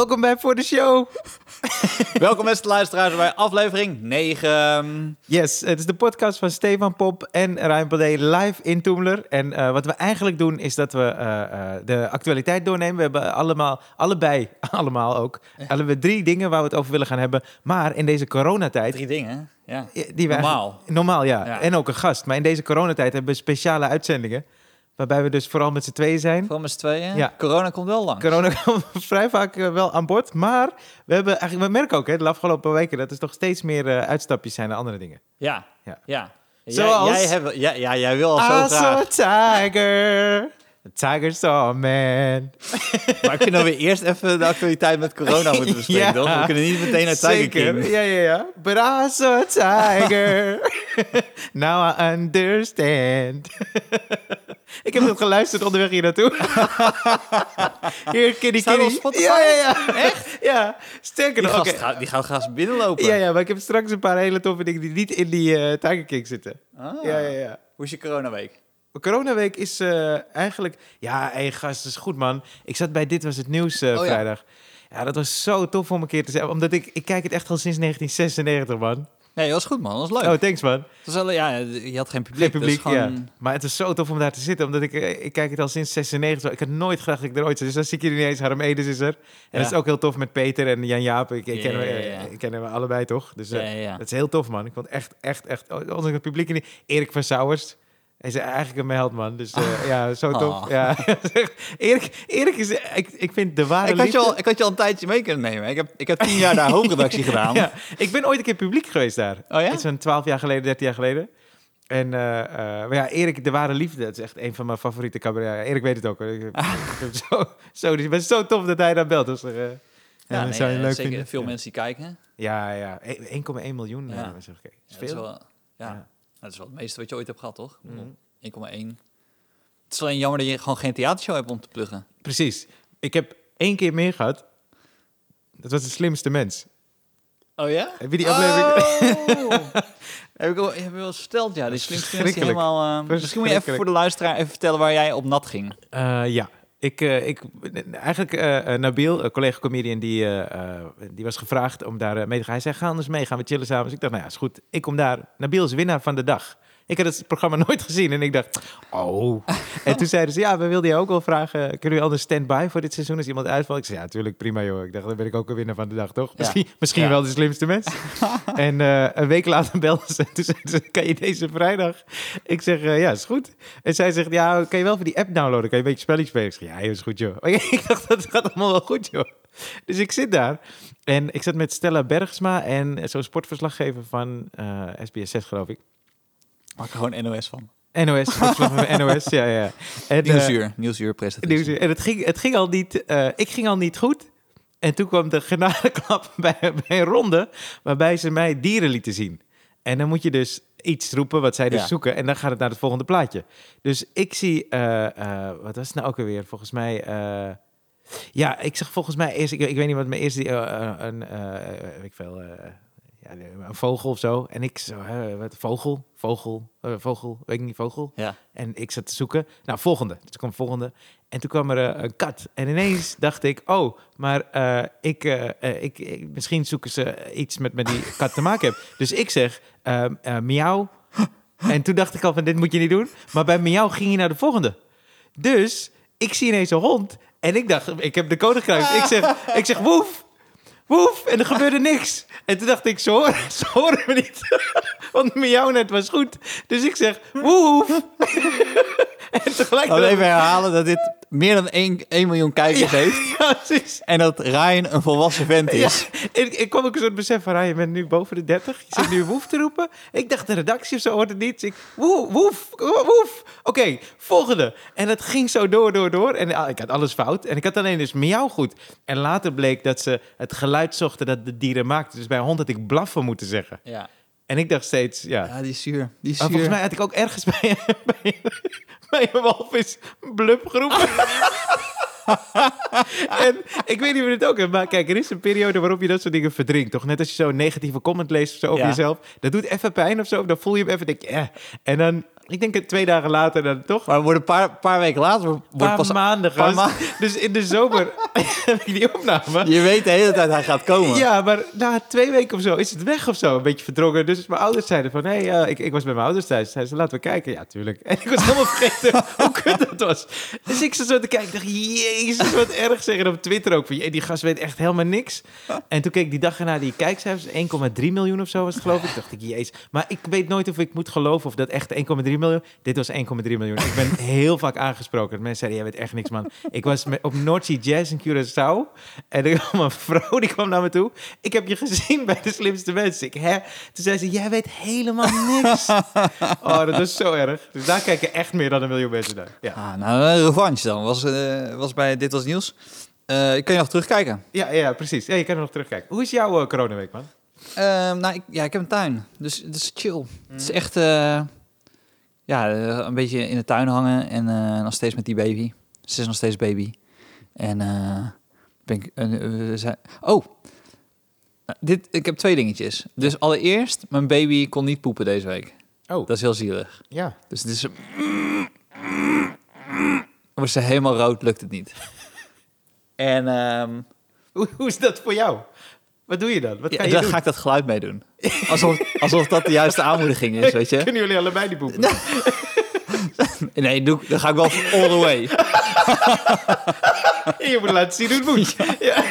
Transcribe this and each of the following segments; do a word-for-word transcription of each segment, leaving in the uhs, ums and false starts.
Welkom bij Voor de Show. Welkom beste luisteraars bij aflevering negen. Yes, het is de podcast van Stefan Pop en Ryan Paldet live in Toemler. En uh, wat we eigenlijk doen is dat we uh, uh, de actualiteit doornemen. We hebben allemaal, allebei, allemaal ook, ja. hebben we drie dingen waar we het over willen gaan hebben. Maar in deze coronatijd... Drie dingen, ja. Die we normaal. Normaal, ja. ja. En ook een gast. Maar in deze coronatijd hebben we speciale uitzendingen. Waarbij we dus vooral met z'n tweeën zijn. Vooral met z'n tweeën? Ja. Corona komt wel langs. Corona komt vrij vaak uh, wel aan boord. Maar we, hebben eigenlijk, we merken ook hè, de afgelopen weken dat er toch steeds meer uh, uitstapjes zijn naar andere dingen. Ja, ja. ja. Zoals... Jij, jij, hebt, ja, ja, jij wil al zo I graag... saw a tiger. The tiger saw a man. Maar kunnen we eerst even de actualiteit met corona moeten bespreken, ja. toch? We kunnen niet meteen naar Tiger Zeker. King. Ja, ja, ja. But I saw a tiger. Now I understand. Ik heb het geluisterd onderweg hier naartoe. Hier, Kitty Staat Kitty. op Spotify? Ja, ja, ja. Echt? Ja. Sterker Die nog. gast, Okay. gaat, die gaat graag binnenlopen. Ja, ja, maar ik heb straks een paar hele toffe dingen die niet in die uh, Tiger King zitten. Ah. Ja, ja, ja. Hoe is je coronaweek? Mijn coronaweek is uh, eigenlijk... Ja, hé hey, gast, dat is goed, man. Ik zat bij Dit Was Het Nieuws uh, oh, vrijdag. Ja. ja, dat was zo tof om een keer te zeggen. Omdat ik... Ik kijk het echt al sinds negentien zesennegentig, man. Nee, dat was goed, man. Dat was leuk. Oh, thanks, man. Dat was wel, ja, je had geen publiek. Geen publiek, dus gewoon... ja. Maar het is zo tof om daar te zitten. Omdat ik... Ik kijk het al sinds zesennegentig. Ik had nooit gedacht dat ik er ooit zat. Dus dan zie ik jullie ineens. Harm Edens is er. En ja. dat is ook heel tof met Peter en Jan Jaap. Ik, ik, ja, ken, ja, ja. ik ken hem allebei, toch? Dus uh, ja, ja, ja. dat is heel tof, man. Ik vond echt, echt, echt... Onder het publiek... In Erik van Sauwers... Hij is eigenlijk een held, man. Dus uh, oh. ja, zo tof. Oh. Ja. Erik, Erik is... Ik, ik vind de ware ik had, liefde... je al, ik had je al een tijdje mee kunnen nemen. Ik heb, ik heb tien jaar daar hoofdredactie gedaan. Ja, ik ben ooit een keer publiek geweest daar. Oh ja? Zo'n twaalf jaar geleden, dertien jaar geleden. En uh, uh, maar ja, Erik, de ware liefde. Dat is echt een van mijn favoriete cabaret. Erik weet het ook. Hoor. Ik, ah. ik zo, zo, dus ik ben zo tof dat hij dan belt. Dus, uh, ja, ja, nee, zou je uh, leuk zeker vinden. veel ja. mensen die kijken. Ja, ja. één komma één miljoen. Ja. Uh, dat is veel. Ja, dat, is wel, ja. Ja. Dat is wel het meeste wat je ooit hebt gehad, toch? Mm-hmm. één komma één. Het is alleen jammer dat je gewoon geen theatershow hebt om te pluggen. Precies. Ik heb één keer meer gehad. Dat was De Slimste Mens. Oh ja? Heb je die aflevering? Oh. heb ik al, heb je wel eens verteld, ja. Die Slimste Mens die helemaal... Uh, misschien moet je even voor de luisteraar even vertellen waar jij op nat ging. Uh, ja. Ik, uh, ik, eigenlijk, uh, Nabil, een collega-comedian, die, uh, uh, die was gevraagd om daar uh, mee te gaan. Hij zei, ga anders mee, gaan we chillen samen. Dus ik dacht, nou ja, is goed. Ik kom daar. Nabil is winnaar van de dag. Ik had het programma nooit gezien en ik dacht, oh. En toen zeiden ze, ja, we wilden je ook wel vragen, kunnen jullie anders stand-by voor dit seizoen als iemand uitvalt? Ik zei, ja, natuurlijk, prima joh. Ik dacht, dan ben ik ook een winnaar van de dag, toch? Ja. Misschien, misschien ja. wel de slimste mens. En uh, een week later belden ze en toen zeiden ze, kan je deze vrijdag? Ik zeg, uh, ja, is goed. En zij zegt, ja, kan je wel voor die app downloaden? Kan je een beetje spelletjes spelen? Ik zeg, ja, is goed joh. Maar ik dacht, dat gaat allemaal wel goed joh. Dus ik zit daar en ik zat met Stella Bergsma en zo'n sportverslaggever van uh, S B S zes, geloof ik. Maak er gewoon N O S van. N O S, N O S, ja, ja. En, Nieuwsuur, uh, Nieuwsuur presentatie. Nieuwsuur. En het ging, het ging al niet, uh, ik ging al niet goed. En toen kwam de genadeklap bij, bij een ronde, waarbij ze mij dieren lieten zien. En dan moet je dus iets roepen wat zij dus ja. zoeken. En dan gaat het naar het volgende plaatje. Dus ik zie, uh, uh, wat was het nou ook alweer? Volgens mij... Uh, ja, ik zag volgens mij eerst, ik, ik weet niet wat mijn eerste, uh, een, uh, weet ik veel... Uh, Ja, een vogel of zo. En ik zo, hè, wat, vogel, vogel, uh, vogel, weet ik niet, vogel. Ja. En ik zat te zoeken. Nou, volgende. Dus kwam volgende. En toen kwam er uh, een kat. En ineens dacht ik, oh, maar uh, ik, uh, uh, ik, ik, misschien zoeken ze iets met, met die kat te maken hebben. Dus ik zeg, uh, uh, miauw. En toen dacht ik al van, dit moet je niet doen. Maar bij miauw ging je naar de volgende. Dus ik zie ineens een hond. En ik dacht, ik heb de code gekruist. Ik zeg, ik zeg, woef. Woef, en er gebeurde niks. En toen dacht ik, ze horen, ze horen me niet. Want miauw net was goed. Dus ik zeg, woef. En tegelijk... Laten we even herhalen dat dit meer dan één miljoen kijkers ja, heeft. Ja, precies. En dat Ryan een volwassen vent is. Ja, ik, ik kwam ook een soort besef van, Ryan, je bent nu boven de dertig. Je zit nu woef te roepen. Ik dacht, de redactie of zo hoort het niet. Dus ik, woef, woef, woef. Oké, okay, volgende. En het ging zo door, door, door. En ah, ik had alles fout. En ik had alleen dus miauw goed. En later bleek dat ze het geluid zochten dat de dieren maakten. Dus bij een hond had ik blaffen moeten zeggen. Ja. En ik dacht steeds, ja... Ja, die is zuur. Die is maar zuur. volgens mij had ik ook ergens bij, bij, bij een walvis blub geroepen. En ik weet niet of je het ook hebt, maar kijk, er is een periode waarop je dat soort dingen verdrinkt, toch? Net als je zo'n negatieve comment leest of zo over ja. jezelf. Dat doet even pijn of zo, dan voel je hem even, denk je, eh. En dan Ik denk het twee dagen later dan toch? Maar wordt een paar, paar weken later... Wordt Een paar pas, maanden, paar gast. ma- Dus in de zomer heb ik die opname. Je weet de hele tijd hij gaat komen. Ja, maar na twee weken of zo is het weg of zo. Een beetje verdrongen. Dus mijn ouders zeiden van... Hé, hey, uh, ik, ik was bij mijn ouders thuis. Zeiden ze, laten we kijken. Ja, tuurlijk. En ik was helemaal vergeten hoe kut dat was. Dus ik zat zo te kijken. Ik dacht, jezus, wat erg. Zeggen op Twitter ook. Van, jee, die gast weet echt helemaal niks. En toen keek ik die dag erna die kijkcijfers. één komma drie miljoen of zo was het, geloof ik. Toen dacht ik, jezus. Maar ik weet nooit of ik moet geloven of dat echt één komma drie miljoen... Dit was één komma drie miljoen. Ik ben heel vaak aangesproken. Mensen zeiden, jij weet echt niks, man. Ik was met, op North Sea Jazz in Curaçao. En er kwam een vrouw, die kwam naar me toe. Ik heb je gezien bij De Slimste Mensen. Ik, hè? Toen zei ze, jij weet helemaal niks. Oh, dat is zo erg. Dus daar kijken echt meer dan een miljoen mensen naar. Ja, Ah, nou, een revanche dan. Was, uh, was bij Dit Was Nieuws. Uh, kan je nog terugkijken? ja, ja precies. Ja, je kan er nog terugkijken. Hoe is jouw uh, coronaweek, man? Uh, nou, ik, ja, ik heb een tuin. Dus het is chill. Mm. Het is echt... Uh, ja, uh, een beetje in de tuin hangen. En uh, nog steeds met die baby. Ze is nog steeds baby. En... Uh, ben ik, uh, uh, zei, oh... Dit, ik heb twee dingetjes. Dus allereerst, mijn baby kon niet poepen deze week. Oh. Dat is heel zielig. Ja. Dus het is... Wordt ze helemaal rood, lukt het niet. En... Um, hoe, hoe is dat voor jou? Wat doe je dan? Wat ga ja, je dan doen? ga ik dat geluid mee doen. Alsof, alsof dat de juiste aanmoediging is, weet je? Kunnen jullie allebei niet poepen? Nee, doe, dan ga ik wel all the way. Je moet laten zien hoe het moet. Ja. Ja.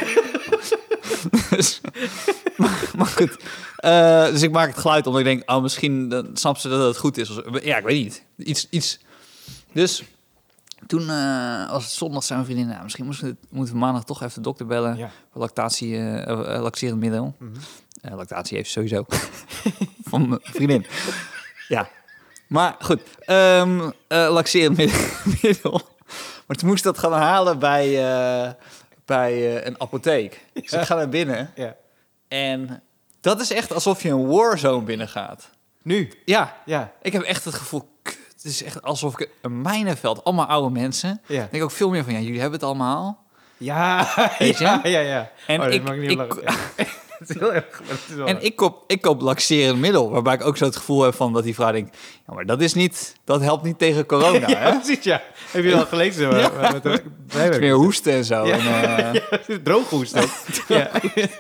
Dus, maar, maar goed. Uh, dus ik maak het geluid omdat ik denk... oh, misschien dan snapt ze dat het goed is. Ja, ik weet niet. Iets... iets. Dus toen uh, was het zondag zijn vriendin... Nou, misschien moeten we, moeten we maandag toch even de dokter bellen. Ja. Voor lactatie, uh, uh, lacterend middel. Mm-hmm. Uh, lactatie heeft sowieso. Van mijn vriendin. Ja. Maar goed. Um, uh, laxerend middel. Maar toen moest ik dat gaan halen bij... Uh, bij uh, een apotheek. Ja. Dus ik ga naar binnen. Ja. En dat is echt alsof je een warzone binnengaat. Nu? Ja. Ja. Ik heb echt het gevoel... Het is echt alsof ik een mijnenveld... Allemaal oude mensen. Ja. Ik denk ook veel meer van... Ja, jullie hebben het allemaal. Ja. Weet je? Ja, ja, ja. En oh, ik... mag ik niet ik lachen. Ja. Het is heel erg. Het is wel en erg. ik koop, ik koop laxerend middel. Waarbij ik ook zo het gevoel heb van... Dat die vrouw denkt... Ja, maar dat is niet... Dat helpt niet tegen corona, ja, hè? precies, ja. Heb je al gelezen? Maar, Ja. maar, met de, Het is meer hoesten en zo. Ja. En, uh, ja, drooghoest ook. Ja.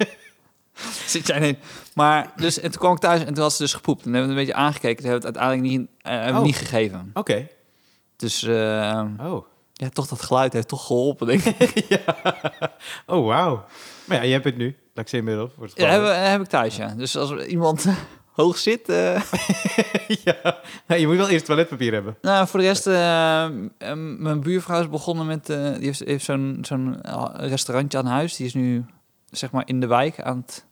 Zit jij in. Maar dus, en toen kwam ik thuis en toen had ze dus gepoept. En hebben we een beetje aangekeken. Ze hebben het uiteindelijk niet, uh, hebben Oh. niet gegeven. Oké. Okay. Dus uh, Oh. ja, toch dat geluid heeft toch geholpen, denk ik. Ja. Oh, wauw. Maar ja, je hebt het nu. Laxeermiddel. Voor het Ja, heb, heb ik thuis, ja. Dus als er iemand uh, hoog zit... Uh... ja. Nou, je moet wel eerst toiletpapier hebben. Nou, voor de rest... Uh, uh, mijn buurvrouw is begonnen met... Uh, die heeft, heeft zo'n, zo'n restaurantje aan huis. Die is nu, zeg maar, in de wijk aan het...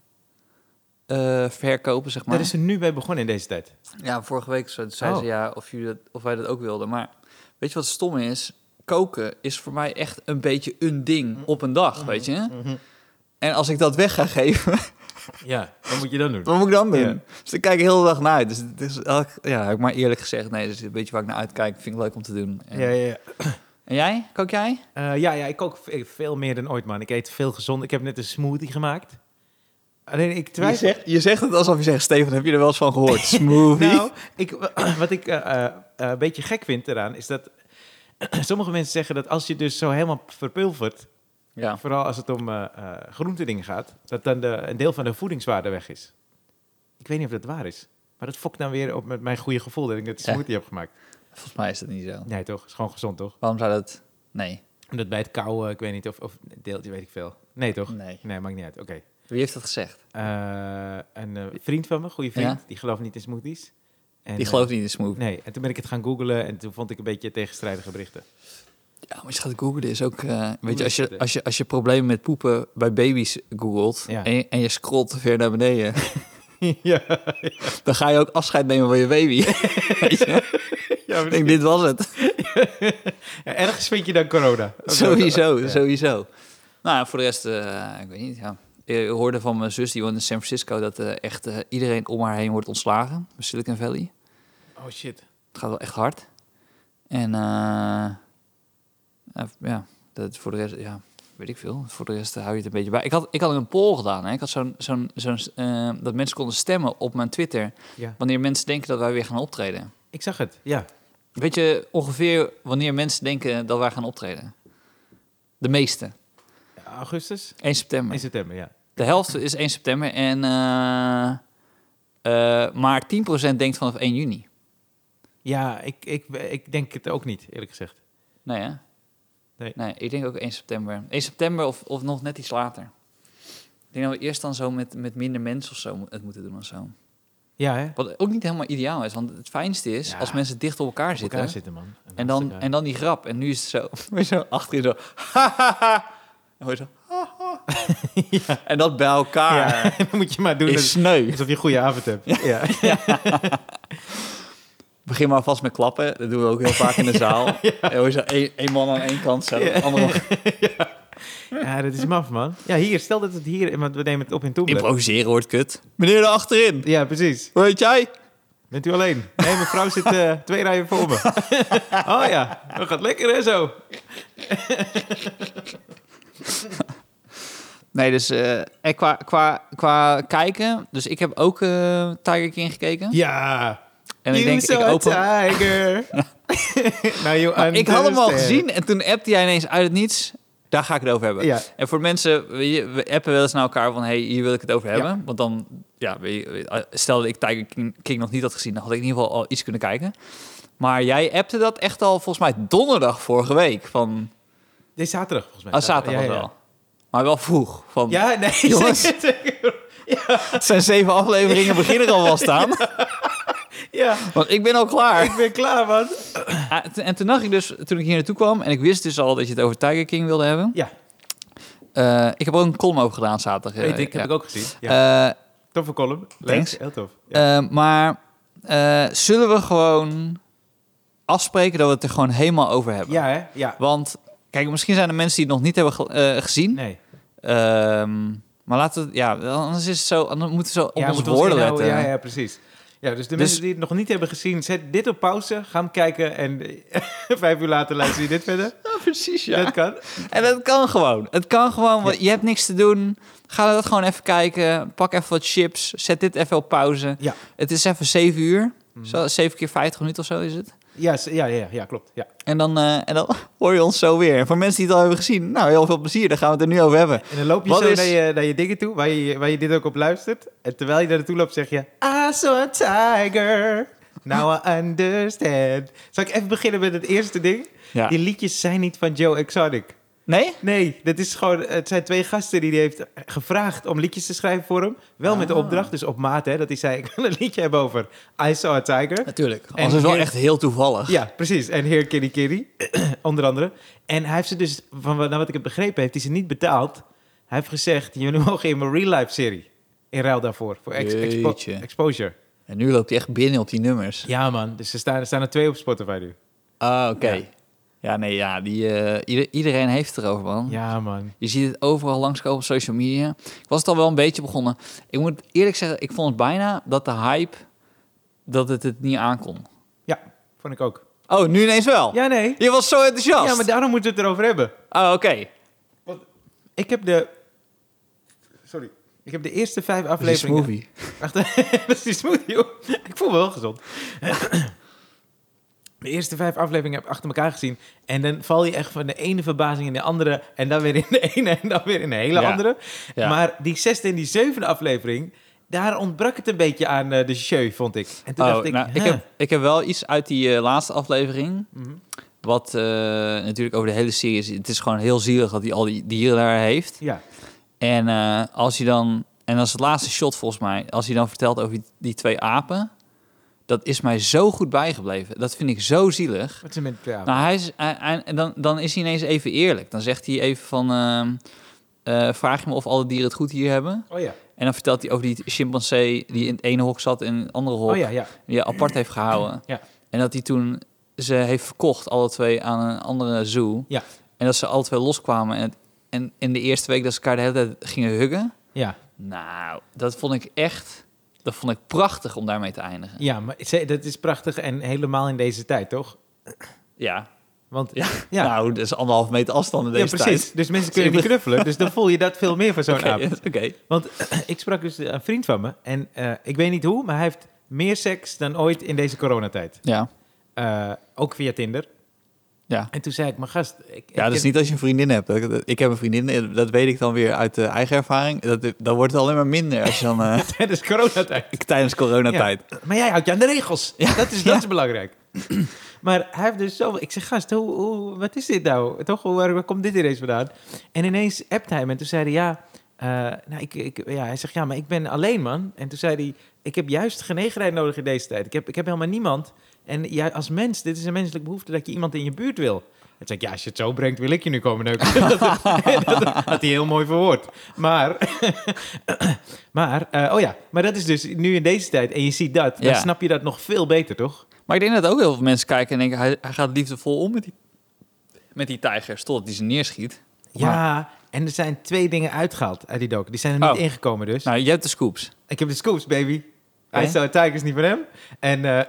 Uh, verkopen, zeg maar. Daar is ze nu bij begonnen in deze tijd. Ja, vorige week zei Oh. ze ja, of, jullie dat, of wij dat ook wilden. Maar weet je wat stom is? Koken is voor mij echt een beetje een ding op een dag, weet je? Mm-hmm. En als ik dat weg ga geven... Ja, wat moet je dan doen? Wat moet ik dan doen? Ja. Dus ik kijk de hele dag naar uit. Dus het is elk, ja, heb ik maar eerlijk gezegd... Nee, dus een beetje waar ik naar uitkijk. Vind ik leuk om te doen. En, Ja, ja, ja. en jij? Kook jij? Uh, ja, ja, ik kook veel meer dan ooit, man. Ik eet veel gezond. Ik heb net een smoothie gemaakt. Alleen ik twijfel... Je zegt, je zegt het alsof je zegt... Steven, heb je er wel eens van gehoord? Smoothie? Nou, ik, wat ik uh, uh, een beetje gek vind eraan... is dat sommige mensen zeggen dat als je dus zo helemaal verpulvert... Ja. Vooral als het om uh, uh, groentedingen gaat... dat dan de, een deel van de voedingswaarde weg is. Ik weet niet of dat waar is. Maar dat fokt dan weer op met mijn goede gevoel... dat ik net een Ja. smoothie heb gemaakt. Volgens mij is dat niet zo. Nee, toch? Is gewoon gezond, toch? Waarom zou dat... Nee. Omdat bij het kauwen, ik weet niet of... of deeltje weet ik veel. Nee, toch? Nee. Nee, maakt niet uit. Oké. Okay. Wie heeft dat gezegd? Uh, een uh, vriend van me, goede vriend... Ja? die gelooft niet in smoothies. En, Die gelooft niet in smoothie. Nee, en toen ben ik het gaan googlen... en toen vond ik een beetje tegenstrijdige berichten. Ja, maar als je gaat googlen is ook... Uh, weet je als, je, als je, als je problemen met poepen bij baby's googelt... Ja. En, je, en je scrolt te ver naar beneden... ja, ja. Dan ga je ook afscheid nemen van je baby. Weet je? Ja, ik denk, dit was het. ja, ergens vind je dan corona. Sowieso, ja. sowieso. Nou, voor de rest, uh, ik weet niet, ja. Ik hoorde van mijn zus, die woont in San Francisco... dat uh, echt uh, iedereen om haar heen wordt ontslagen. Bij Silicon Valley. Oh, shit. Het gaat wel echt hard. En uh, uh, ja, dat voor de rest, ja, weet ik veel. Voor de rest uh, hou je het een beetje bij. Ik had, ik had een poll gedaan. Hè. Ik had zo'n, zo'n, zo'n uh, dat mensen konden stemmen op mijn Twitter... Ja. wanneer mensen denken dat wij weer gaan optreden. Ik zag het, ja. weet je ongeveer wanneer mensen denken dat wij gaan optreden? De meeste. Augustus? één september. één september, ja. De helft is één september en uh, uh, maar tien procent denkt vanaf één juni. Ja, ik, ik, ik denk het ook niet, eerlijk gezegd. Nee, hè? Nee. Nee, ik denk ook één september. één september of, of nog net iets later. Ik denk dat we eerst dan zo met, met minder mensen of zo het moeten doen of zo. Ja, hè? Wat ook niet helemaal ideaal is, want het fijnste is Ja, als mensen dicht op elkaar Op zitten. elkaar zitten, man. En dan, hartstikke- en dan die grap. En nu is het zo, weer zo achterin zo. En hoor je zo. ja. En dat bij elkaar Ja, dan moet je maar doen is als- sneu. alsof je een goede avond hebt. Ja. Begin maar vast met klappen. Dat doen we ook heel vaak in de zaal. En hoor je zo één, één man aan één kant zo. Ja. Andere... ja, dat is maf, man. Ja, hier, stel dat het hier... Want we nemen het op in Toemler. Improviseren wordt kut. Meneer daar achterin. Ja, precies. Hoe heet jij? Bent u alleen? Nee, mijn vrouw zit uh, twee rijen voor me. oh ja, dat gaat lekker, hè, zo. Nee, dus uh, en qua, qua, qua kijken. Dus ik heb ook uh, Tiger King gekeken. Ja. En ik you denk, saw ik open... a tiger. Now you Maar ik had hem al understand. gezien en toen appte jij ineens uit het niets. Daar ga ik het over hebben. Ja. En voor mensen, we, we appen wel eens naar elkaar van... hey, hier wil ik het over hebben. Ja. Want dan, ja, weet je, stel dat ik Tiger King, King nog niet had gezien... dan had ik in ieder geval al iets kunnen kijken. Maar jij appte dat echt al volgens mij donderdag vorige week. Van, Dit is zaterdag, volgens mij. ah, zaterdag Ja, was ja. wel. Maar wel vroeg. Van, Ja, nee. Jongens. zeker. het zijn zeven afleveringen, beginnen er al wel staan. Ja, Want ik ben al klaar. ik ben klaar, man. Ah, t- en toen dacht ik dus, toen ik hier naartoe kwam... en ik wist dus al dat je het over Tiger King wilde hebben... Ja, Uh, ik heb er ook een column over gedaan zaterdag. weet ik. Heb ja. ik ook gezien. Ja. Uh, Toffe column. Leuk. thanks. Heel tof. Ja. uh, maar uh, zullen we gewoon afspreken dat we het er gewoon helemaal over hebben? ja, hè? Ja. Want, kijk, misschien zijn er mensen die het nog niet hebben ge- uh, gezien. Nee. Um, maar laten we, ja, anders is het zo, dan moeten we zo op Ja, onze moeten we woorden ons inhouden. letten. Ja, ja, precies. Ja, dus de Dus- mensen die het nog niet hebben gezien, zet dit op pauze. Ga hem kijken en vijf uur later luister je dit verder. Ja, precies, Dat kan. En dat kan gewoon. Het kan gewoon, want je hebt niks te doen. Ga dat gewoon even kijken. Pak even wat chips. Zet dit even op pauze. Ja. Het is even zeven uur. Mhm. Zo, zeven keer vijftig minuten of zo is het. Ja, s- ja, ja, ja, klopt. Ja. En dan, uh, en dan hoor je ons zo weer. En voor mensen die het al hebben gezien, nou, heel veel plezier. Daar gaan we het er nu over hebben. En dan loop je Wat zo is- naar, je, naar je dingen toe, waar je, waar je dit ook op luistert. En terwijl je daar naartoe loopt, zeg je... I saw a tiger, now I understand. Zal ik even beginnen met het eerste ding? Ja. Die liedjes zijn niet van Joe Exotic. Nee? Nee, dat is gewoon, het zijn twee gasten die hij heeft gevraagd om liedjes te schrijven voor hem. Wel met de Ah. opdracht, dus op maat, hè, dat hij zei... Ik wil een liedje hebben over I saw a tiger. Natuurlijk. En Anders is het wel hier- echt heel toevallig. Ja, precies. En Heer Kitty Kitty, onder andere. En hij heeft ze dus, van wat- naar wat ik heb begrepen, heeft hij ze niet betaald. Hij heeft gezegd, jullie mogen in mijn real life serie. In ruil daarvoor, voor ex- expo- Jeetje. exposure. En nu loopt hij echt binnen op die nummers. Ja man, dus er staan, er staan er twee op Spotify nu. Ah, oké. Ja. Ja. nee, ja. Die, uh, ieder, iedereen heeft het erover, man. Ja man. Je ziet het overal langskomen op social media. Ik was het al wel een beetje begonnen. Ik moet eerlijk zeggen, ik vond het bijna dat de hype... dat het het niet aankon. Ja, vond ik ook. Oh, nu ineens wel? Ja, nee. Je was zo enthousiast. Ja, maar daarom moeten we het erover hebben. Oh, oké. Want ik heb de... Sorry. Ik heb de eerste vijf Dat is een afleveringen... smoothie. Wacht, dat is die smoothie, joh. Ik voel me wel gezond. De eerste vijf afleveringen heb ik achter elkaar gezien. En dan val je echt van de ene verbazing in de andere. En dan weer in de ene en dan weer in de hele Ja. andere. Ja. Maar die zesde en die zevende aflevering... daar ontbrak het een beetje aan uh, de show, vond ik. En toen Oh, dacht ik... nou, ik, huh. heb, ik heb wel iets uit die uh, laatste aflevering... Mhm. wat uh, natuurlijk over de hele serie is. Het is gewoon heel zielig dat hij al die dieren daar heeft. Ja, En uh, als je dan... En dat is het laatste shot volgens mij. Als hij dan vertelt over die, die twee apen... dat is mij zo goed bijgebleven. Dat vind ik zo zielig. wat is er met ja, Nou, hij is, hij, hij- en dan, dan is hij ineens even eerlijk. Dan zegt hij even van... Uh, uh, vraag je me of alle dieren het goed hier hebben? Oh ja, En dan vertelt hij over die chimpansee... die in het ene hok zat en in het andere hok... oh ja, ja. die hij apart heeft gehouden. Ja. En dat hij toen ze heeft verkocht, alle twee, aan een andere zoo. Ja. En dat ze alle twee loskwamen. En, het, en in de eerste week dat ze elkaar de hele tijd gingen huggen. Ja, Nou, dat vond ik echt... Dat vond ik prachtig om daarmee te eindigen. ja, maar ze- dat is prachtig en helemaal in deze tijd, toch? Ja. Want Ja. ja, Nou, dat is anderhalf meter afstand in ja deze precies. tijd. Dus mensen kunnen niet knuffelen. Dus dan voel je dat veel meer van zo'n Oké, aap. oké. Want ik sprak dus een vriend van me. En eh, ik weet niet hoe, maar hij heeft meer seks dan ooit in deze coronatijd. Ja. Uh, ook via Tinder. Ja. En toen zei ik, maar gast... Ik, ja, ik dus niet als je een vriendin hebt. Ik heb een vriendin, dat weet ik dan weer uit de eigen ervaring. Dat, dan wordt het alleen maar minder als je dan... Uh, tijdens coronatijd. Tijdens coronatijd. Ja. Maar jij houdt je aan de regels. Ja. Dat, is, dat ja. is belangrijk. Maar hij heeft dus zo... Ik zeg, gast, hoe, hoe, wat is dit nou? Toch, waar, waar komt dit ineens vandaan? En ineens appte hij me en toen zei hij, ja... Uh, nou, ik, ik, ja, hij zegt, ja, maar ik ben alleen, man. En toen zei hij, ik heb juist genegenheid nodig in deze tijd. Ik heb, ik heb helemaal niemand. En ja, als mens, dit is een menselijke behoefte dat je iemand in je buurt wil. En toen zei ik, ja, als je het zo brengt, wil ik je nu komen neuken. dat, dat, dat had hij heel mooi verwoord. Maar, maar uh, oh ja, maar dat is dus nu in deze tijd. En je ziet dat, dan ja. snap je dat nog veel beter, toch? Maar ik denk dat ook heel veel mensen kijken en denken, hij, hij gaat liefdevol om met die, met die tijgers, totdat hij ze neerschiet. Ja, maar... en er zijn twee dingen uitgehaald uit die docu. Die zijn er niet oh. ingekomen dus. Nou, je hebt de scoops. Ik heb de scoops, baby. Okay. Hij zou Tigers niet van hem. En, uh,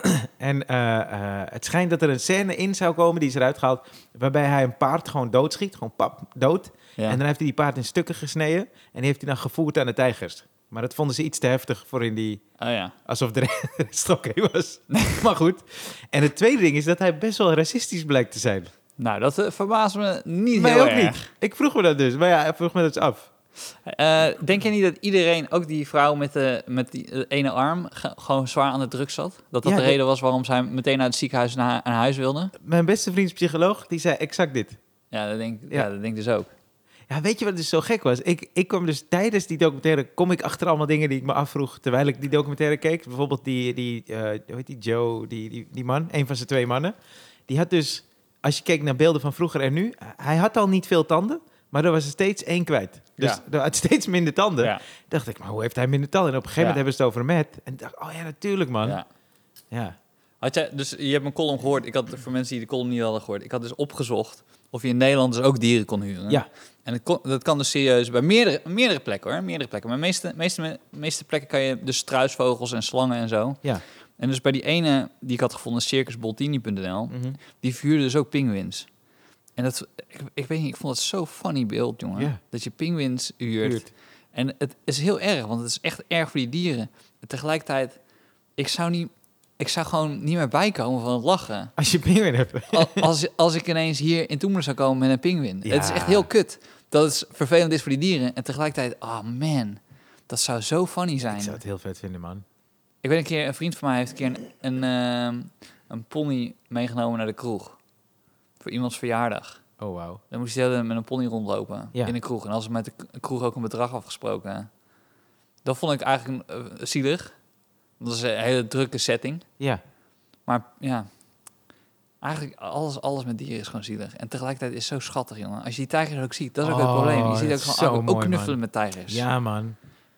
en uh, uh, het schijnt dat er een scène in zou komen, die is eruit gehaald, waarbij hij een paard gewoon doodschiet. Gewoon pap, dood. Ja. En dan heeft hij die paard in stukken gesneden. En die heeft hij dan gevoerd aan de tijgers. Maar dat vonden ze iets te heftig voor in die... Oh ja. Alsof de rest oké was. Maar goed. En het tweede ding is dat hij best wel racistisch blijkt te zijn. Nou, dat uh, verbaast me niet Mij heel ook erg. niet. Ik vroeg me dat dus. Maar ja, hij vroeg me dat dus af. Uh, denk je niet dat iedereen, ook die vrouw met de, met die uh, ene arm, ge- gewoon zwaar aan de druk zat? Dat dat ja, de reden de... was waarom zij meteen uit het ziekenhuis naar, naar huis wilde? Mijn beste vriend psycholoog, die zei exact dit. Ja, dat denk, ja. Ja, dat denk ik dus ook. Ja, weet je wat dus zo gek was? Ik, ik kwam dus tijdens die documentaire, kom ik achter allemaal dingen die ik me afvroeg terwijl ik die documentaire keek. Bijvoorbeeld die, die uh, hoe heet die, Joe, die, die, die man, een van zijn twee mannen. Die had dus, als je keek naar beelden van vroeger en nu, hij had al niet veel tanden. Maar er was er steeds één kwijt. Dus ja. er had steeds minder tanden. Ja. Dacht ik, maar hoe heeft hij minder tanden? En op een gegeven ja. moment hebben ze het over Matt. En dacht, oh ja, natuurlijk, man. Ja. ja. Had jij, dus je hebt mijn column gehoord. Ik had, voor mensen die de column niet hadden gehoord, ik had dus opgezocht of je in Nederland dus ook dieren kon huren. Ja. En het kon, dat kan dus serieus bij meerdere, meerdere plekken, hoor. Meerdere plekken. Maar de meeste, meeste, meeste plekken kan je dus struisvogels en slangen en zo. Ja. En dus bij die ene die ik had gevonden, circus boltini punt n l, mm-hmm. die verhuurde dus ook pinguïns. En dat, ik, ik weet niet, ik vond het zo funny beeld, jongen. Yeah. Dat je pinguïns huurt. huurt. En het is heel erg, want het is echt erg voor die dieren. En tegelijkertijd, ik zou, niet, ik zou gewoon niet meer bijkomen van het lachen. Als je pinguïn hebt. als, als, als ik ineens hier in Toemler zou komen met een pinguïn. Ja. Het is echt heel kut. Dat het vervelend is voor die dieren. En tegelijkertijd, oh man, dat zou zo funny zijn. Ik zou het heel vet vinden, man. Ik weet een keer, een vriend van mij heeft een keer een, een, uh, een pony meegenomen naar de kroeg. Voor iemands verjaardag. Oh, wauw. Dan moest hij met een pony rondlopen ja. in een kroeg. En als we met de kroeg ook een bedrag afgesproken. Dat vond ik eigenlijk uh, zielig. Dat is een hele drukke setting. Ja. Maar ja, eigenlijk alles, alles met dieren is gewoon zielig. En tegelijkertijd is het zo schattig, jongen. Als je die tijgers ook ziet, dat is ook oh, het probleem. Je ziet ook gewoon ook, mooi, ook knuffelen man. Met tijgers. Ja, man.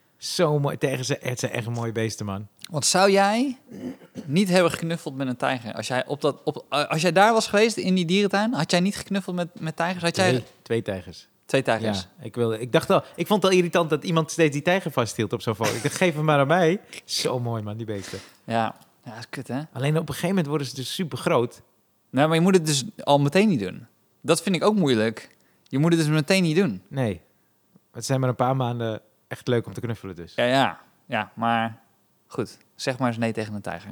Zo mooi. Tijgers, het zijn echt mooie beesten, man. Want zou jij niet hebben geknuffeld met een tijger? Als jij, op dat, op, als jij daar was geweest in die dierentuin, had jij niet geknuffeld met, met tijgers? Had jij... Twee, twee tijgers. Twee tijgers? Ja, ik, wilde, ik dacht al, ik vond het al irritant dat iemand steeds die tijger vasthield op zo'n foto. Ik dacht, geef hem maar aan mij. Zo mooi, man, die beesten. Ja, ja, dat is kut, hè? Alleen op een gegeven moment worden ze dus super groot. Nee, maar je moet het dus al meteen niet doen. Dat vind ik ook moeilijk. Je moet het dus meteen niet doen. Nee. Het zijn maar een paar maanden echt leuk om te knuffelen dus. Ja, ja. Ja, maar goed. Zeg maar eens nee tegen een tijger.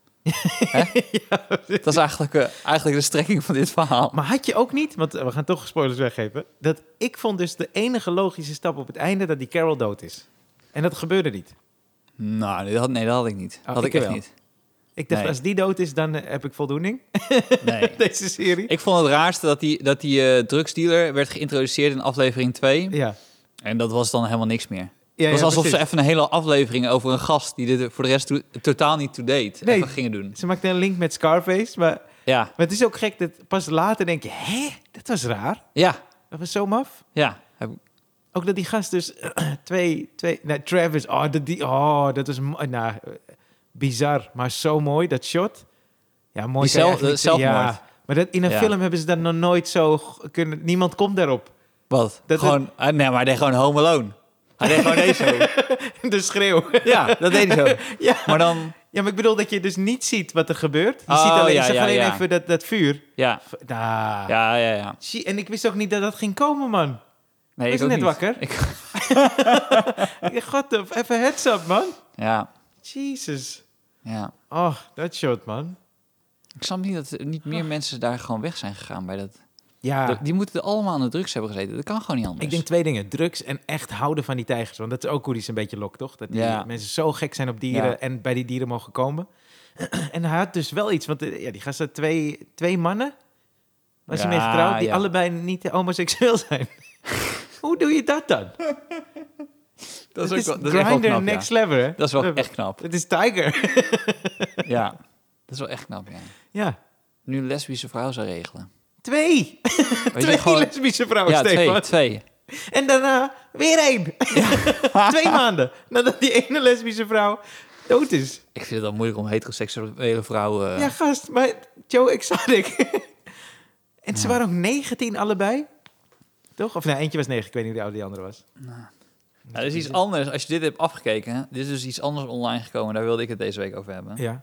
ja, dat is eigenlijk, uh, eigenlijk de strekking van dit verhaal. Maar had je ook niet, want we gaan toch spoilers weggeven, dat ik vond dus de enige logische stap op het einde dat die Carol dood is. En dat gebeurde niet. Nou, nee, dat had, nee, dat had ik niet. Dat oh, had ik, ik echt wel. niet. Ik dacht, nee. Als die dood is, dan uh, heb ik voldoening. Nee. Deze serie. Ik vond het raarste dat die, dat die uh, drugsdealer werd geïntroduceerd in aflevering twee. Ja. En dat was dan helemaal niks meer. Ja, het was ja, alsof precies. ze even een hele aflevering over een gast die dit voor de rest to- totaal niet to-date nee, even gingen doen. Ze maakte een link met Scarface, maar, ja. maar het is ook gek dat pas later denk je, hè, dat was raar. Ja. Dat was zo maf. Ja. Ook dat die gast dus uh, twee, twee, nou, Travis, oh, dat, die, oh, dat was, nou, uh, bizar, maar zo mooi, dat shot. Ja, mooi. Die zelf, niet, zelfmoord. Ja, maar dat, in een ja. film hebben ze dat nog nooit zo kunnen, niemand komt daarop. Wat? Dat gewoon, het, nee, maar hij deed gewoon Home Alone. Hij deed gewoon deze zo. De schreeuw. Ja, dat deed hij zo. Ja. Maar dan... Ja, maar ik bedoel dat je dus niet ziet wat er gebeurt. Je oh, ziet alleen, ja, je ja, alleen ja. even dat, dat vuur. Ja. Nah. Ja, ja, ja. En ik wist ook niet dat dat ging komen, man. Nee, ik was net niet. wakker. Ik... ik God, even heads up, man. Ja. Jesus. Ja. Oh, dat shot, man. Ik snap niet dat er niet meer mensen daar gewoon weg zijn gegaan bij dat. Ja, De- die moeten allemaal aan de drugs hebben gezeten. Dat kan gewoon niet anders. ik denk twee dingen. Drugs en echt houden van die tijgers. Want dat is ook hoe die ze een beetje lokt, toch? Dat die Ja. mensen zo gek zijn op dieren Ja. en bij die dieren mogen komen. En hij had dus wel iets, want eh, ja, die gasten, twee, twee mannen was hij Ja, mee getrouwd, die ja. allebei niet homoseksueel zijn. Hoe doe je dat dan? dat Het is, ook, wel- dat is echt wel Grindr knap, next ja. level, hè? Dat is wel echt knap. Het is Tiger. Ja, dat is wel echt knap, ja. Ja, Nu een lesbische vrouw zou regelen. twee. Weet twee je, gewoon... lesbische vrouwen, Ja, Stefan. twee, twee. En daarna weer één. Twee maanden nadat die ene lesbische vrouw dood is. Ik vind het dan moeilijk om heteroseksuele vrouwen... Ja, gast, maar Joe Exotic. En ze waren ook negentien allebei. Toch? Of nee, eentje was negen. Ik weet niet hoe oud die andere was. Ja, dat is iets anders. Als je dit hebt afgekeken, dit is dus iets anders online gekomen. Daar wilde ik het deze week over hebben. Ja,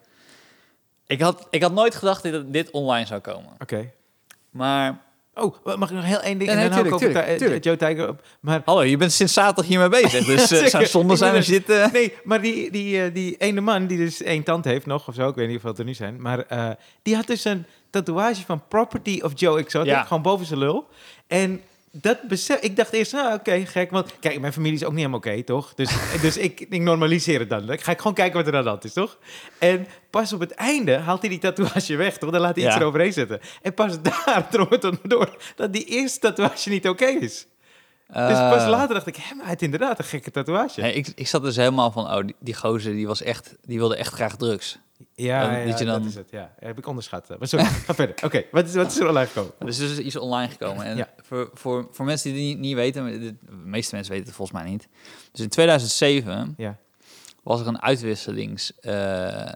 Ik had, ik had nooit gedacht dat dit online zou komen. oké. Maar Oh, mag ik nog heel één ding? Ja, en nee, dan hou ik over tuurlijk, Ti- tuurlijk, Joe Tiger op. Maar hallo, je bent sinds zaterdag hiermee bezig. Dus uh, het Zeker. zou zonde zijn als je dit... uh, nee, maar die, die, eh, die ene man die dus één tand heeft nog of zo, ik weet niet hoeveel het er nu zijn, maar eh, die had dus een tatoeage van Property of Joe Exotic, Ja. gewoon boven zijn lul. En dat besef, ik dacht eerst, nou oké, gek, want kijk, mijn familie is ook niet helemaal oké, toch? Dus, dus ik, ik normaliseer het dan. Dan ga ik gewoon kijken wat er aan de hand is, toch? En pas op het einde haalt hij die tatoeage weg, toch? Dan laat hij iets Ja. eroverheen zetten. En pas daar drong het tot me door dat die eerste tatoeage niet oké is. Dus pas uh, later dacht ik, hé, maar hij heeft inderdaad een gekke tatoeage. nee, ik, ik zat dus helemaal van, oh, die, die gozer die was echt, die wilde echt graag drugs. Ja, Dan- ja, dat je dan- dat is het. Ja, heb ik onderschat. Maar sorry, ga verder. Oké, wat, is, wat is er online gekomen? Dus er is iets online gekomen. En Ja. voor, voor, voor mensen die het niet, niet weten, maar dit- de meeste mensen weten het volgens mij niet. Dus in tweeduizend zeven Ja, was er een uitwisselings eh,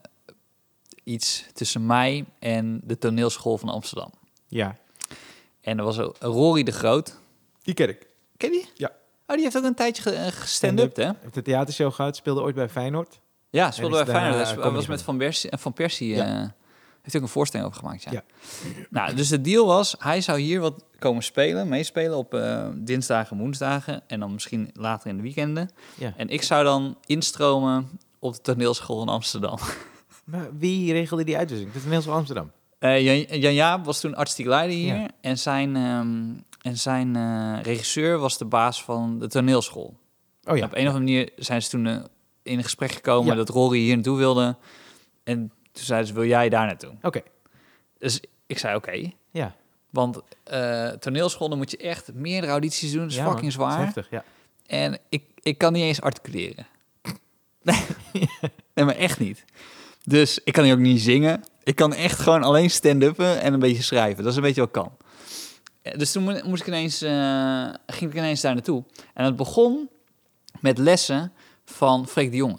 iets tussen mij en de toneelschool van Amsterdam. ja. En er was een Rory de Groot. Die ken ik. Ken je die? Ja. Oh, die heeft ook een tijdje ge- eh, gestand-up, hè? Heeft de theatershow gehad, speelde ooit bij Feyenoord. Ja, speelde En bij is Feyenoord. daarna Hij spe- comedy was met Van, Persie, van Persie. Ja. eh, heeft ook een voorstelling over gemaakt, ja. Ja. Nou, dus de deal was, hij zou hier wat komen spelen, meespelen op eh, dinsdagen, woensdagen en dan misschien later in de weekenden. Ja. En ik zou dan instromen op de toneelschool in Amsterdam. Maar wie regelde die uitwisseling? Dat is Nederlands Amsterdam. Eh, Jan, Jan Jaap was toen artistiek leider hier. Ja. En zijn, ehm, en zijn eh, regisseur was de baas van de toneelschool. Oh ja. Op een of andere manier zijn ze toen eh, in een gesprek gekomen Ja. dat Rory hier naartoe wilde. En toen zeiden ze, wil jij daar naartoe? Oké. Dus ik zei, oké. Ja. Want eh toneelschool, dan moet je echt meerdere audities doen. Dat is Ja, man. fucking Dat is zwaar. heftig, ja. En ik, ik kan niet eens articuleren. Nee. nee, maar echt niet. Dus ik kan hier ook niet zingen. Ik kan echt gewoon alleen stand-uppen en een beetje schrijven. Dat is een beetje wat ik kan. Eh, Dus toen mo- moest ik ineens, eh, ging ik ineens daar naartoe. En het begon met lessen van Freek de Jonge.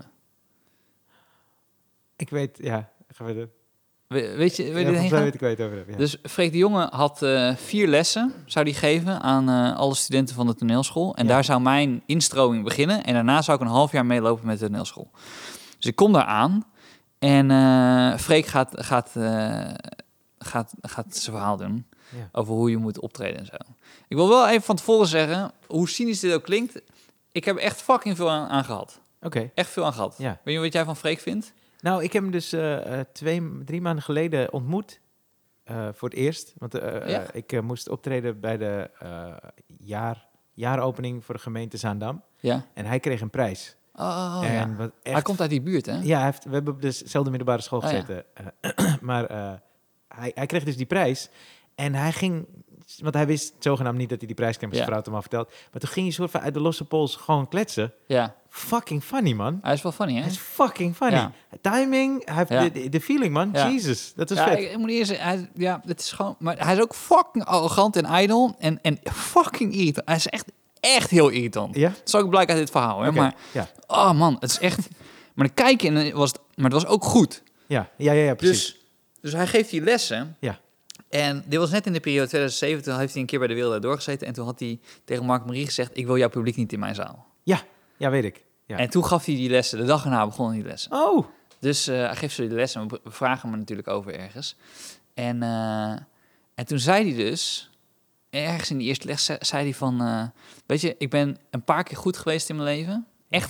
Ik weet, ja. Ga verder. We- weet je, Ja, weet je volgens heen mij gaan? weet ik waar je het over hebt. Ja. Dus Freek de Jonge had eh, vier lessen, zou die geven aan eh, alle studenten van de toneelschool. En Ja. daar zou mijn instroming beginnen. En daarna zou ik een half jaar meelopen met de toneelschool. Dus ik kom daar aan en eh Freek gaat, gaat, eh, gaat, gaat zijn verhaal doen Ja. over hoe je moet optreden en zo. Ik wil wel even van tevoren zeggen, hoe cynisch dit ook klinkt, ik heb er echt fucking veel aan, aan gehad. Oké. Echt veel aan gehad. Ja. Weet je wat jij van Freek vindt? Nou, ik heb hem dus eh, eh, twee, drie maanden geleden ontmoet. eh, voor het eerst. Want eh, Ja? eh, ik eh, moest optreden bij de eh, jaar, jaaropening voor de gemeente Zaandam. Ja. En hij kreeg een prijs. Oh, en ja. wat echt Hij komt uit die buurt, hè? Ja, hij heeft, we hebben op dezelfde middelbare school Oh, ja. gezeten. Eh, maar eh, hij, hij kreeg dus die prijs. En hij ging... Want hij wist zogenaamd niet dat hij die prijs kreeg. Zijn Ja. vrouw had hem al verteld. Maar toen ging hij soort van uit de losse pols gewoon kletsen. Ja. Fucking funny, man. Hij is wel funny, hè? Hij is fucking funny. Ja. Timing, hij heeft Ja. de, de, de feeling, man. Ja. Jesus, dat is Ja, vet. ik, ik moet eerst zeggen, hij, ja, het is gewoon... Maar hij is ook fucking arrogant en ijdel. En, en fucking irritant. Hij is echt, echt heel irritant. Ja? Dat is ook blijken uit dit verhaal, hè? Oké, Maar, ja. oh man, het is echt... Maar dan kijk je en dan was het... Maar het was ook goed. Ja, ja, ja, ja, precies. Dus, dus hij geeft die lessen. Ja. En dit was net in de periode tweeduizend zeven. Toen heeft hij een keer bij de Wereld Draait Door gezeten. En toen had hij tegen Mark Marie gezegd... Ik wil jouw publiek niet in mijn zaal. Ja, ja, weet ik. Ja. En toen gaf hij die lessen. De dag erna begonnen die lessen. Oh, Dus eh, hij geeft ze die lessen. We we vragen hem er natuurlijk over ergens. En, eh, en toen zei hij dus... Ergens in die eerste les ze- zei hij van... eh, weet je, ik ben een paar keer goed geweest in mijn leven. Echt goed.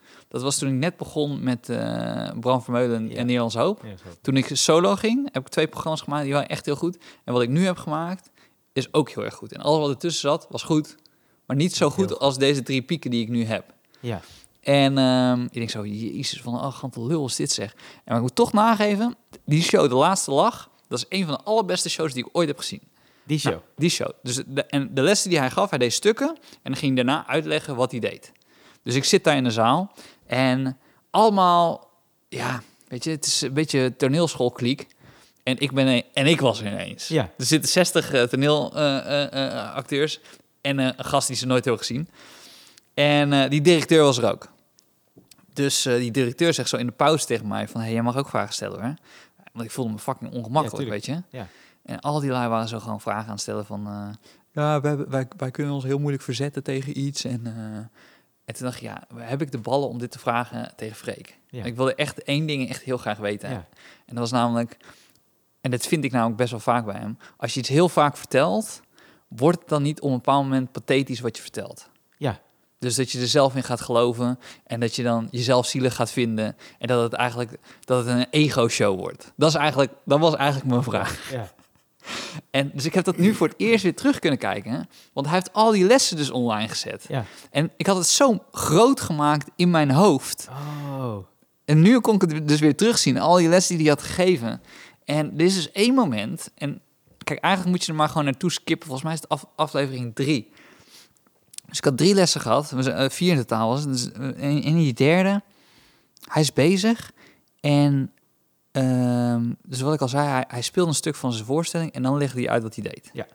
Dat was toen ik net begon met uh, Bram Vermeulen Ja. en Nederlands Hoop. Ja, zo. Toen ik solo ging, heb ik twee programma's gemaakt. Die waren echt heel goed. En wat ik nu heb gemaakt, is ook heel erg goed. En alles wat ertussen zat, was goed. Maar niet zo goed Heel als deze drie pieken die ik nu heb. Ja. En um, ik denk zo, jezus, van een arrogante lul is dit zeg. En ik moet toch nageven, die show, De Laatste Lach, dat is een van de allerbeste shows die ik ooit heb gezien. Die show. Nou, die show. Dus de, en de lessen die hij gaf, hij deed stukken. En dan ging hij daarna uitleggen wat hij deed. Dus ik zit daar in de zaal. En allemaal, ja, weet je, het is een beetje toneelschoolkliek. En ik, ben een, en ik was er ineens. Ja. Er zitten zestig uh, toneelacteurs. Uh, uh, en uh, een gast die ze nooit hebben gezien. En uh, die directeur was er ook. Dus uh, die directeur zegt zo in de pauze tegen mij van... Hey, jij mag ook vragen stellen, hoor. Want ik voelde me fucking ongemakkelijk, Ja, weet je. Ja. En al die lui waren zo gewoon vragen aan het stellen van... Uh, ja, wij, wij, wij kunnen ons heel moeilijk verzetten tegen iets. En, uh, en toen dacht ik, ja, heb ik de ballen om dit te vragen tegen Freek? Ja. Ik wilde echt één ding echt heel graag weten. Ja. En dat was namelijk... En dat vind ik namelijk best wel vaak bij hem. Als je iets heel vaak vertelt... wordt het dan niet op een bepaald moment pathetisch wat je vertelt? Ja. Dus dat je er zelf in gaat geloven en dat je dan jezelf zielig gaat vinden en dat het eigenlijk dat het een ego-show wordt. Dat is eigenlijk, dat was eigenlijk mijn vraag. Ja. En dus ik heb dat nu voor het eerst weer terug kunnen kijken, want hij heeft al die lessen dus online gezet. Ja. En ik had het zo groot gemaakt in mijn hoofd. Oh. En nu kon ik het dus weer terugzien, al die lessen die hij had gegeven. En er is dus één moment, en kijk, eigenlijk moet je er maar gewoon naartoe skippen. Volgens mij is het af, aflevering drie. Dus ik had drie lessen gehad, uh, vier in totaal was het. Dus uh, in, in die derde, hij is bezig. En uh, dus wat ik al zei, hij, hij speelde een stuk van zijn voorstelling en dan legde hij uit wat hij deed. Ja.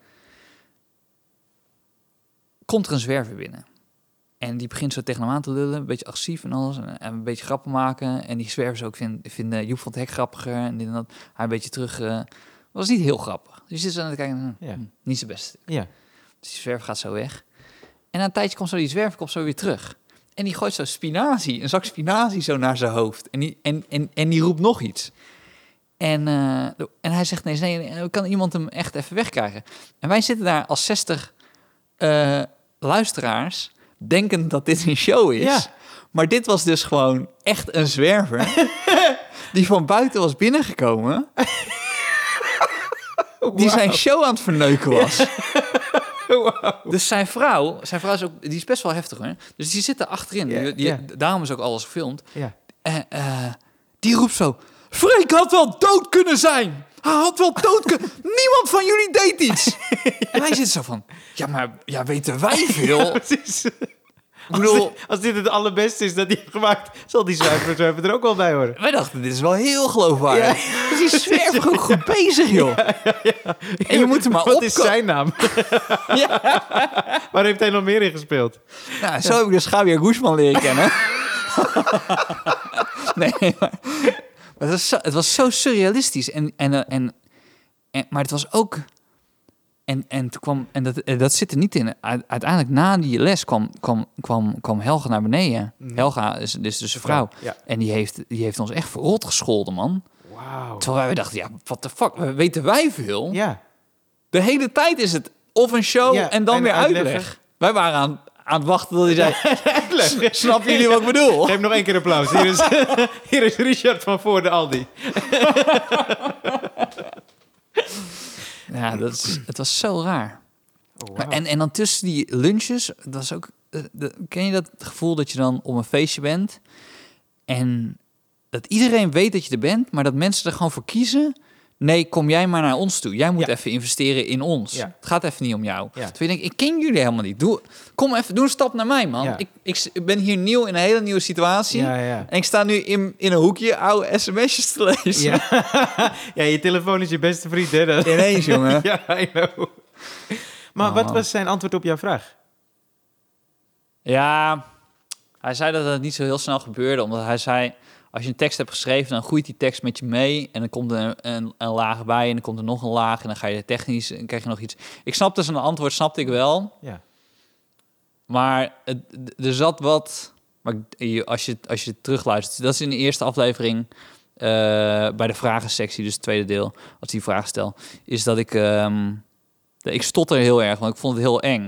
Komt er een zwerver binnen. En die begint zo tegen hem aan te lullen, een beetje agressief en alles. En, en een beetje grappen maken. En die zwervers ook vinden, vinden Joep van het Hek grappiger. En dit en dat. Hij een beetje terug... Uh, was niet heel grappig. Dus je zit zo aan het kijken, hm, Ja. hm, niet zijn beste. Ja. Dus die zwerver gaat zo weg. En na een tijdje komt zo die zwerver komt zo weer terug. En die gooit zo spinazie, een zak spinazie zo naar zijn hoofd. En die, en, en, en die roept nog iets. En, uh, en hij zegt, nee, nee, kan iemand hem echt even wegkrijgen? En wij zitten daar als zestig uh, luisteraars, denkend dat dit een show is. Ja. Maar dit was dus gewoon echt een zwerver die van buiten was binnengekomen. Wow. Die zijn show aan het verneuken was. Wow. Dus zijn vrouw, zijn vrouw is ook, die is best wel heftig, hoor. Dus die zit er achterin. Ja, die, die, ja. Daarom is ook alles gefilmd. Ja. Uh, uh, die roept zo: Freek had wel dood kunnen zijn. Hij had wel dood kunnen. Niemand van jullie deed iets. En wij zitten zo van: ja, maar ja, weten wij veel? Precies. Ik bedoel, Als dit, als dit het allerbeste is dat hij heeft gemaakt, zal die zwijver zwijver er ook wel bij horen. wij dachten, dit is wel heel geloofwaardig. Ja. Dus die zwerver ook goed bezig, joh. Ja, ja, ja. En je moet er maar Wat op. is zijn naam? Ja. Waar heeft hij nog meer in gespeeld? Nou, zo heb ik dus Javier Guzman leren kennen. Nee, maar, maar het, was zo, het was zo surrealistisch. En, en, en, en, maar het was ook... En, en, toen kwam, en dat, dat zit er niet in. Uiteindelijk na die les kwam, kwam, kwam, kwam Helga naar beneden. Mm. Helga is dus, dus een vrouw. Ja. En die heeft, die heeft ons echt verrot gescholden, man. Wauw. Terwijl wij dachten, ja, what the fuck, weten wij veel? Ja. De hele tijd is het of een show Ja, en dan en weer uitleg. uitleggen. Wij waren aan, aan het wachten tot hij zei... Uitleg. Snappen jullie wat ik bedoel? Geef nog één keer applaus. Hier is, hier is Richard van voor de Aldi. Ja, dat is, het was zo raar. Oh, wow. Maar en, en dan tussen die lunches, dat is ook... Uh, de, ken je dat gevoel dat je dan op een feestje bent... en dat iedereen weet dat je er bent... maar dat mensen er gewoon voor kiezen... nee, kom jij maar naar ons toe. Jij moet Ja. even investeren in ons. Ja. Het gaat even niet om jou. Ja. Terwijl je denkt, ik ken jullie helemaal niet. Doe, kom even, doe een stap naar mij, man. Ja. Ik, ik, ik ben hier nieuw in een hele nieuwe situatie... Ja, ja. en ik sta nu in, in een hoekje oude sms'jes te lezen. Ja. Ja, je telefoon is je beste vriend, hè? Dat- Ineens, jongen. Ja, I know. Maar Oh, wat man. was zijn antwoord op jouw vraag? Ja, hij zei dat het niet zo heel snel gebeurde, omdat hij zei... als je een tekst hebt geschreven, dan groeit die tekst met je mee... en dan komt er een, een laag bij en dan komt er nog een laag... en dan ga je technisch en krijg je nog iets. Ik snapte zijn antwoord, snapte ik wel. Ja. Maar het, er zat wat... Maar je- als je, als je terugluistert... dat is in de eerste aflevering... eh, bij de vragensectie, dus het tweede deel... als die vraag stel... is dat ik... ehm, ik stotter heel erg, want ik vond het heel eng.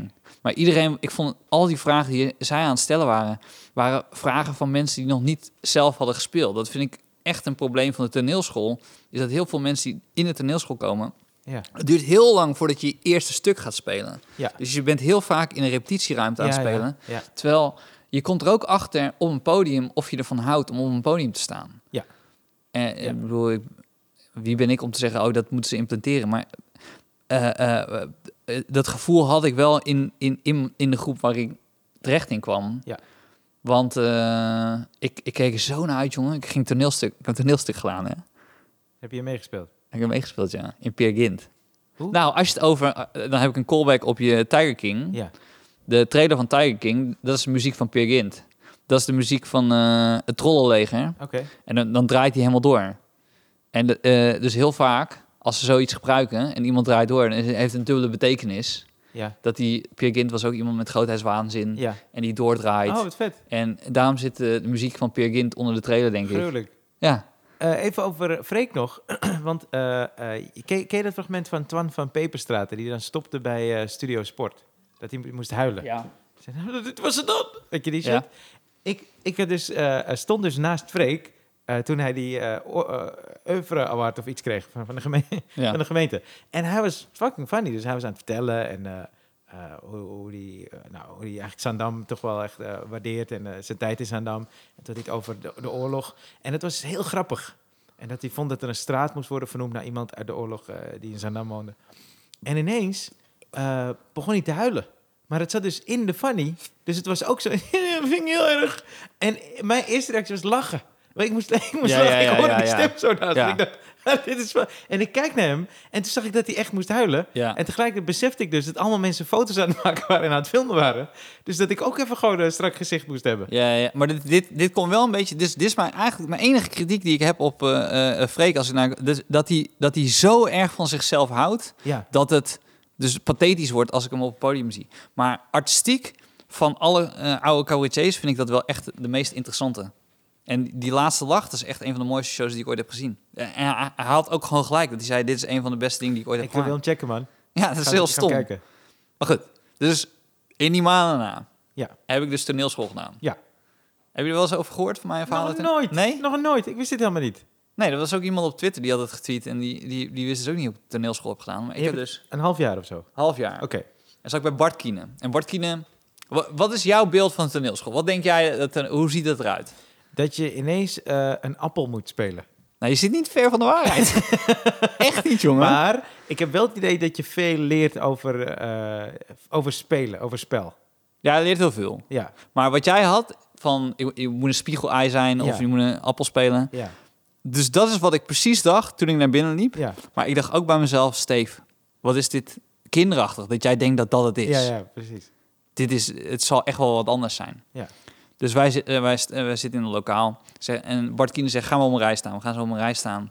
Maar iedereen, ik vond al die vragen die zij aan het stellen waren, waren vragen van mensen die nog niet zelf hadden gespeeld. Dat vind ik echt een probleem van de toneelschool. Is dat heel veel mensen die in de toneelschool komen, Ja. het duurt heel lang voordat je je eerste stuk gaat spelen. Ja. Dus je bent heel vaak in een repetitieruimte aan het Ja, ja, spelen. ja. Terwijl je komt er ook achter op een podium of je ervan houdt om op een podium te staan. Ja. En, Ja. ik bedoel, ik, wie ben ik om te zeggen, oh, dat moeten ze implementeren. Maar uh, uh, uh, dat gevoel had ik wel in, in, in, in de groep waar ik terecht in kwam. Ja. Want uh, ik, ik keek er zo naar uit, jongen. Ik ging toneelstuk, ik heb een toneelstuk gedaan, hè. Heb je meegespeeld? Ik heb meegespeeld, ja. In Peer Gynt. Hoe? Nou, als je het over... uh, dan heb ik een callback op je Tiger King. Ja. De trailer van Tiger King, dat is de muziek van Peer Gynt. Dat is de muziek van uh, het Trollenleger. Oké. Okay. En dan, dan draait hij helemaal door. En de, uh, dus heel vaak, als ze zoiets gebruiken en iemand draait door, dan heeft het een dubbele betekenis. Ja. Dat die Peer Gynt was ook iemand met grootheidswaanzin. Ja. En die doordraait. Oh, wat vet. En daarom zit de, de muziek van Peer Gynt onder de trailer, denk ik. Gruwelijk. Ja. Uh, even over Freek nog. Want uh, uh, ken, ken je dat fragment van Twan van Peperstraten, die dan stopte bij uh, Studio Sport? Dat hij moest huilen. Ja. Zei, nou, dit was het dan. Weet je die shit? Ja. Ik, ik had dus, uh, stond dus naast Freek uh, toen hij die uh, uh, Oeuvre Award of iets kreeg van, van, de geme- Ja. van de gemeente. En hij was fucking funny. Dus hij was aan het vertellen en uh, uh, hoe, hoe die, uh, nou, hoe die eigenlijk Zaandam toch wel echt uh, waardeert en uh, zijn tijd in Zaandam. En toen had hij het over de, de oorlog. En het was heel grappig. En dat hij vond dat er een straat moest worden vernoemd naar iemand uit de oorlog uh, die in Zaandam woonde. En ineens uh, begon hij te huilen. Maar het zat dus in de funny. Dus het was ook zo... dat vind ik heel erg. En mijn eerste reactie was lachen. Maar ik moest, ik moest Ja, lachen. ja, ja, ik hoorde ja, die ja. stem zo naast. Ja. En ik dacht, ah, dit is wel... En ik kijk naar hem. En toen zag ik dat hij echt moest huilen. Ja. En tegelijkertijd besefte ik dus dat allemaal mensen foto's aan het maken waren en aan het filmen waren. Dus dat ik ook even gewoon een strak gezicht moest hebben. Ja, ja, maar dit, dit, dit komt wel een beetje... Dit, dit is mijn, eigenlijk mijn enige kritiek die ik heb op uh, uh, Freek. Als ik naar, dus dat hij dat hij zo erg van zichzelf houdt... Ja. dat het dus pathetisch wordt als ik hem op het podium zie. Maar artistiek, van alle uh, oude cabaretiers... vind ik dat wel echt de meest interessante. En die laatste lach, dat is echt een van de mooiste shows die ik ooit heb gezien. En hij, hij had ook gewoon gelijk. Dat hij zei, dit is een van de beste dingen die ik ooit heb Ik wil gemaakt. hem checken, man. Ja, dat is Ga- heel ga stom. kijken. Maar goed, dus in die maanden na Ja. heb ik dus toneelschool gedaan. Ja. Heb je er wel eens over gehoord van mijn vader? Nog nooit. Nee? Nog nooit. Ik wist dit helemaal niet. Nee, er was ook iemand op Twitter die had het getweet en die, die, die wist dus ook niet hoe ik toneelschool heb gedaan. Maar ik Je heb hebt dus Een half jaar of zo. half jaar. Oké. En zat ik bij Bart Kiene. En Bart Kiene, wa- wat is jouw beeld van de toneelschool? Wat denk jij, dat, hoe ziet dat eruit? Dat je ineens uh, een appel moet spelen. Nou, je zit niet ver van de waarheid. Echt niet, jongen. Maar ik heb wel het idee dat je veel leert over, uh, over spelen, over spel. Ja, je leert heel veel. Ja, Maar wat jij had, van je, je moet een spiegelei zijn of Ja. je moet een appel spelen. ja, Dus dat is wat ik precies dacht toen ik naar binnen liep. ja. Maar ik dacht ook bij mezelf, Steve, wat is dit kinderachtig dat jij denkt dat dat het is. Ja, ja, precies. Dit is, het zal echt wel wat anders zijn. Ja. Dus wij, zi- uh, wij, st- uh, wij zitten in een lokaal. Zeg, en Bart Kiene zegt, gaan we op een rij staan. We gaan zo op een rij staan.